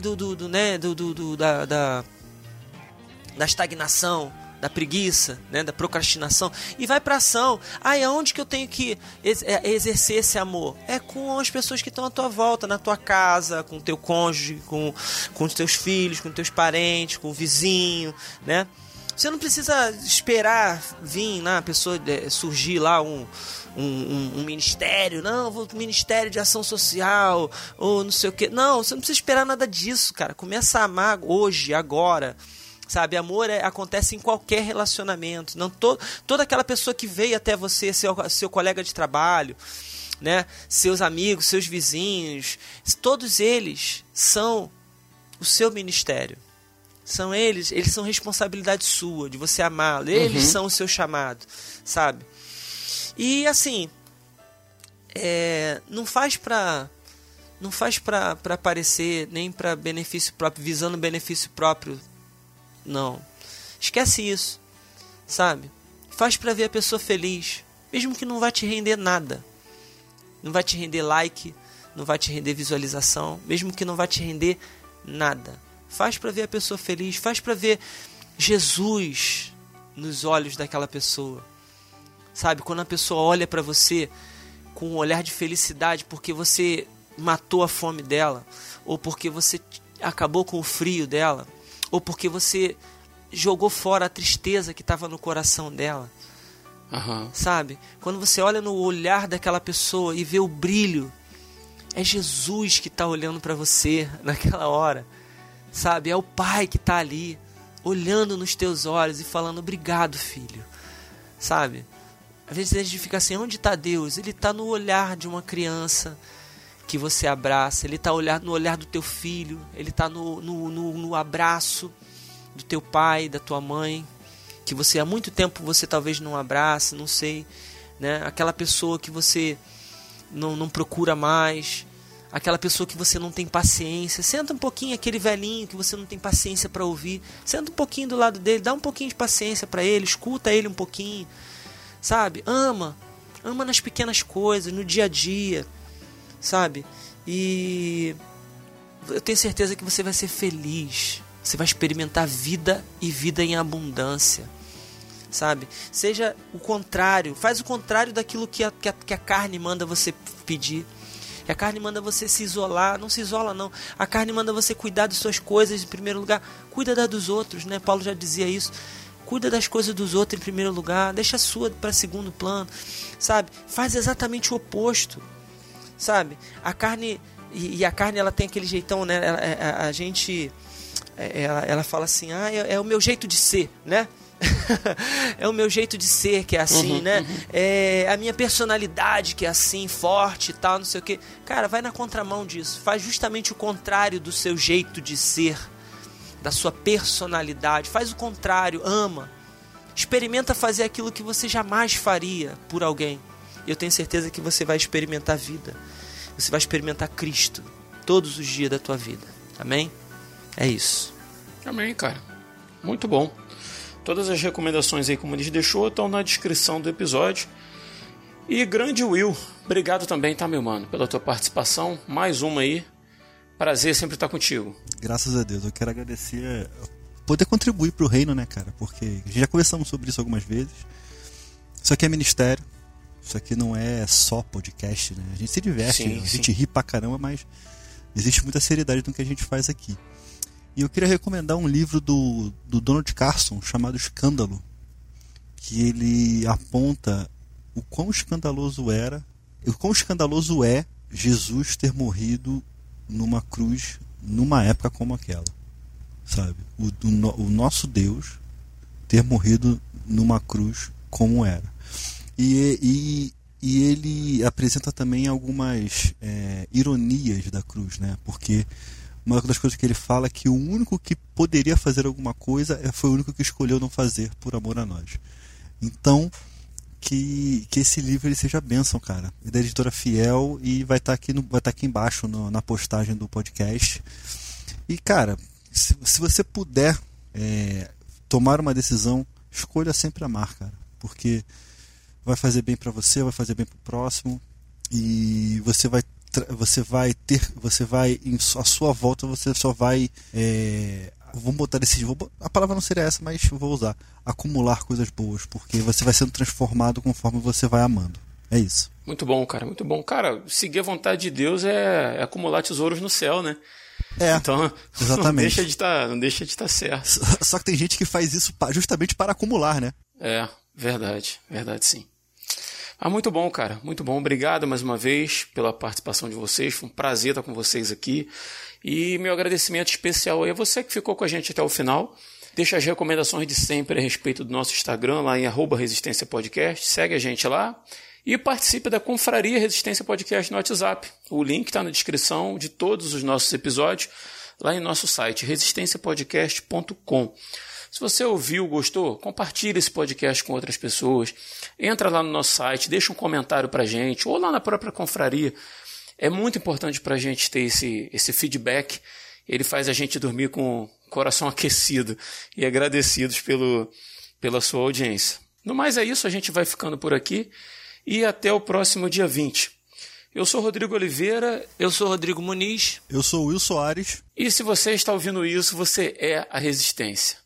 da estagnação, da preguiça, né, da procrastinação, e vai para ação. E aonde que eu tenho que exercer esse amor? É com as pessoas que estão à tua volta, na tua casa, com o teu cônjuge, com os teus filhos, com os teus parentes, com o vizinho, né? Você não precisa esperar vir a pessoa surgir lá um ministério, ministério de ação social, ou não sei o que. Não, você não precisa esperar nada disso, cara. Começa a amar hoje, agora. Sabe, amor acontece em qualquer relacionamento. Não toda aquela pessoa que veio até você, seu colega de trabalho, né, seus amigos, seus vizinhos, todos eles são o seu ministério. Eles são responsabilidade sua, de você amá-lo. Eles são o seu chamado, sabe? E assim, não faz para aparecer, nem para benefício próprio, visando benefício próprio. Não, esquece isso, sabe? Faz para ver a pessoa feliz, mesmo que não vai te render nada, não vai te render like, não vai te render visualização, mesmo que não vai te render nada. Faz para ver a pessoa feliz, faz para ver Jesus nos olhos daquela pessoa, sabe? Quando a pessoa olha para você com um olhar de felicidade porque você matou a fome dela, ou porque você acabou com o frio dela, ou porque você jogou fora a tristeza que estava no coração dela. Sabe? Quando você olha no olhar daquela pessoa e vê o brilho, é Jesus que está olhando para você naquela hora. Sabe? É o Pai que está ali, olhando nos teus olhos e falando: obrigado, filho. Sabe? Às vezes a gente fica assim: onde está Deus? Ele está no olhar de uma criança que você abraça, Ele está no olhar do teu filho, Ele está no abraço do teu pai, da tua mãe, que você há muito tempo você talvez não abraça, não sei, né? Aquela pessoa que você não procura mais, aquela pessoa que você não tem paciência. Senta um pouquinho, aquele velhinho que você não tem paciência para ouvir, senta um pouquinho do lado dele, dá um pouquinho de paciência para ele, escuta ele um pouquinho, sabe? Ama nas pequenas coisas, no dia a dia, sabe? E eu tenho certeza que você vai ser feliz. Você vai experimentar vida e vida em abundância, sabe? Seja o contrário, faz o contrário daquilo que a carne manda você pedir. A carne manda você se isolar. Não se isola, não. A carne manda você cuidar das suas coisas em primeiro lugar. Cuida das dos outros, né? Paulo já dizia isso. Cuida das coisas dos outros em primeiro lugar. Deixa a sua para segundo plano, sabe? Faz exatamente o oposto, sabe? A carne, e a carne, ela tem aquele jeitão, né? A gente, ela fala assim: é o meu jeito de ser, né? É o meu jeito de ser que é assim, né? É a minha personalidade que é assim, forte e tal, não sei o que. Cara, vai na contramão disso. Faz justamente o contrário do seu jeito de ser. da sua personalidade. Faz o contrário, ama. Experimenta fazer aquilo que você jamais faria por alguém. E eu tenho certeza que você vai experimentar vida. Você vai experimentar Cristo todos os dias da tua vida. Amém? É isso. Amém, cara. Muito bom. Todas as recomendações aí, como eles deixou, estão na descrição do episódio. E grande Will, obrigado também, tá, meu mano, pela tua participação. Mais uma aí. Prazer sempre estar contigo. Graças a Deus. Eu quero agradecer poder contribuir pro reino, né, cara? Porque já conversamos sobre isso algumas vezes. Isso aqui é ministério. Isso aqui não é só podcast, né? A gente se diverte, a gente ri pra caramba, mas existe muita seriedade no que a gente faz aqui. E eu queria recomendar um livro do Donald Carson chamado Escândalo, que ele aponta o quão escandaloso é Jesus ter morrido numa cruz numa época como aquela, sabe? O nosso Deus ter morrido numa cruz como era. E ele apresenta também algumas ironias da cruz, né? Porque uma das coisas que ele fala é que o único que poderia fazer alguma coisa foi o único que escolheu não fazer por amor a nós. Então, que esse livro ele seja bênção, cara. É da editora Fiel e vai estar aqui embaixo na postagem do podcast. E, cara, se você puder tomar uma decisão, escolha sempre amar, cara. Porque vai fazer bem para você, vai fazer bem pro próximo e você vai à sua volta você só vai a palavra não seria essa, mas vou usar, acumular coisas boas, porque você vai sendo transformado conforme você vai amando. É isso. Muito bom, cara, muito bom. Cara, seguir a vontade de Deus é acumular tesouros no céu, né? Então, exatamente. Não deixa de estar certo. Só que tem gente que faz isso justamente para acumular, né? Verdade sim. Muito bom, cara, muito bom. Obrigado mais uma vez pela participação de vocês. Foi um prazer estar com vocês aqui. E meu agradecimento especial aí a você que ficou com a gente até o final. Deixa as recomendações de sempre a respeito do nosso Instagram, lá em @Resistência Podcast. Segue a gente lá. E participe da Confraria Resistência Podcast no WhatsApp. O link está na descrição de todos os nossos episódios, lá em nosso site, resistenciapodcast.com. Se você ouviu, gostou, compartilhe esse podcast com outras pessoas. Entra lá no nosso site, deixa um comentário pra gente, ou lá na própria confraria. É muito importante pra gente ter esse feedback. Ele faz a gente dormir com o coração aquecido e agradecidos pela sua audiência. No mais é isso, a gente vai ficando por aqui e até o próximo dia 20. Eu sou Rodrigo Oliveira. Eu sou Rodrigo Muniz. Eu sou Will Soares. E se você está ouvindo isso, você é a Resistência.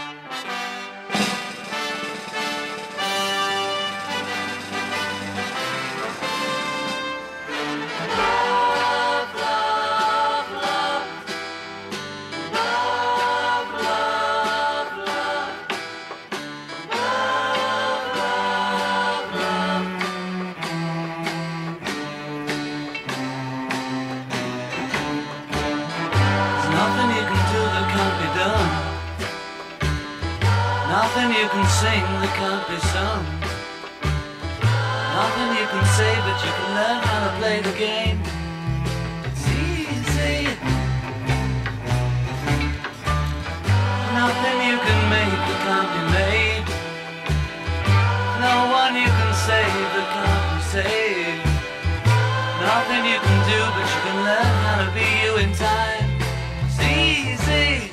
Nothing you can sing that can't be sung. Nothing you can say, but you can learn how to play the game. It's easy. Nothing you can make that can't be made. No one you can save that can't be saved. Nothing you can do, but you can learn how to be you in time. It's easy.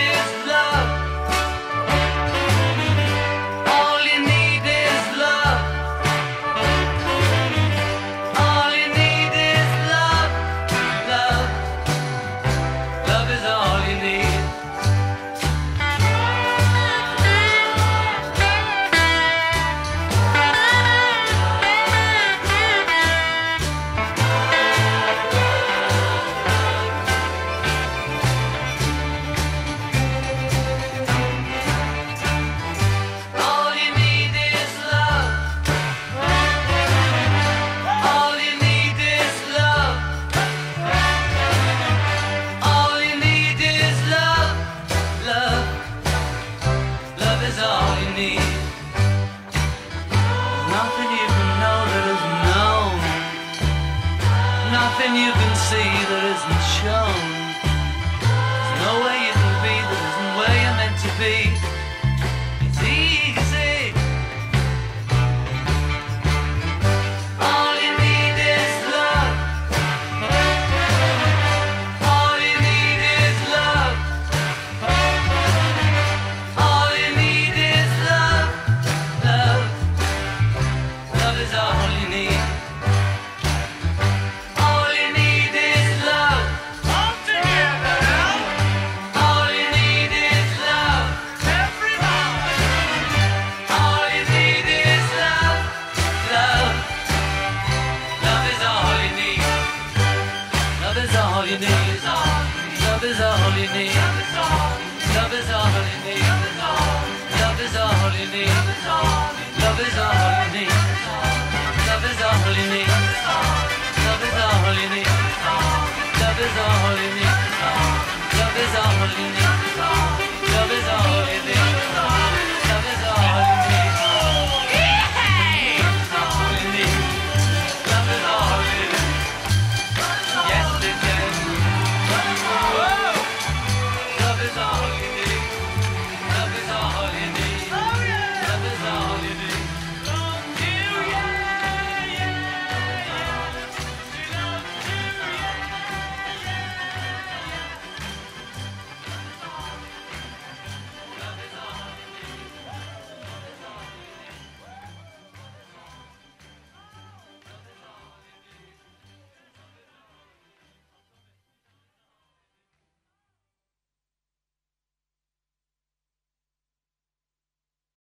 Love. nothing you can see that isn't shown. There's no way you can be that isn't where you're meant to be. It's easy. All you need is love. All you need is love. All you need is love. Love. Love is all you need. All you need is love. All together now. All you need is love. Everybody. All you need is love. Love. Love is all you need. Love is all you need. Love is all you need. Love is all you need. Love is all you need. Love is all you need. Love is all you need. Love is all you need. Love is all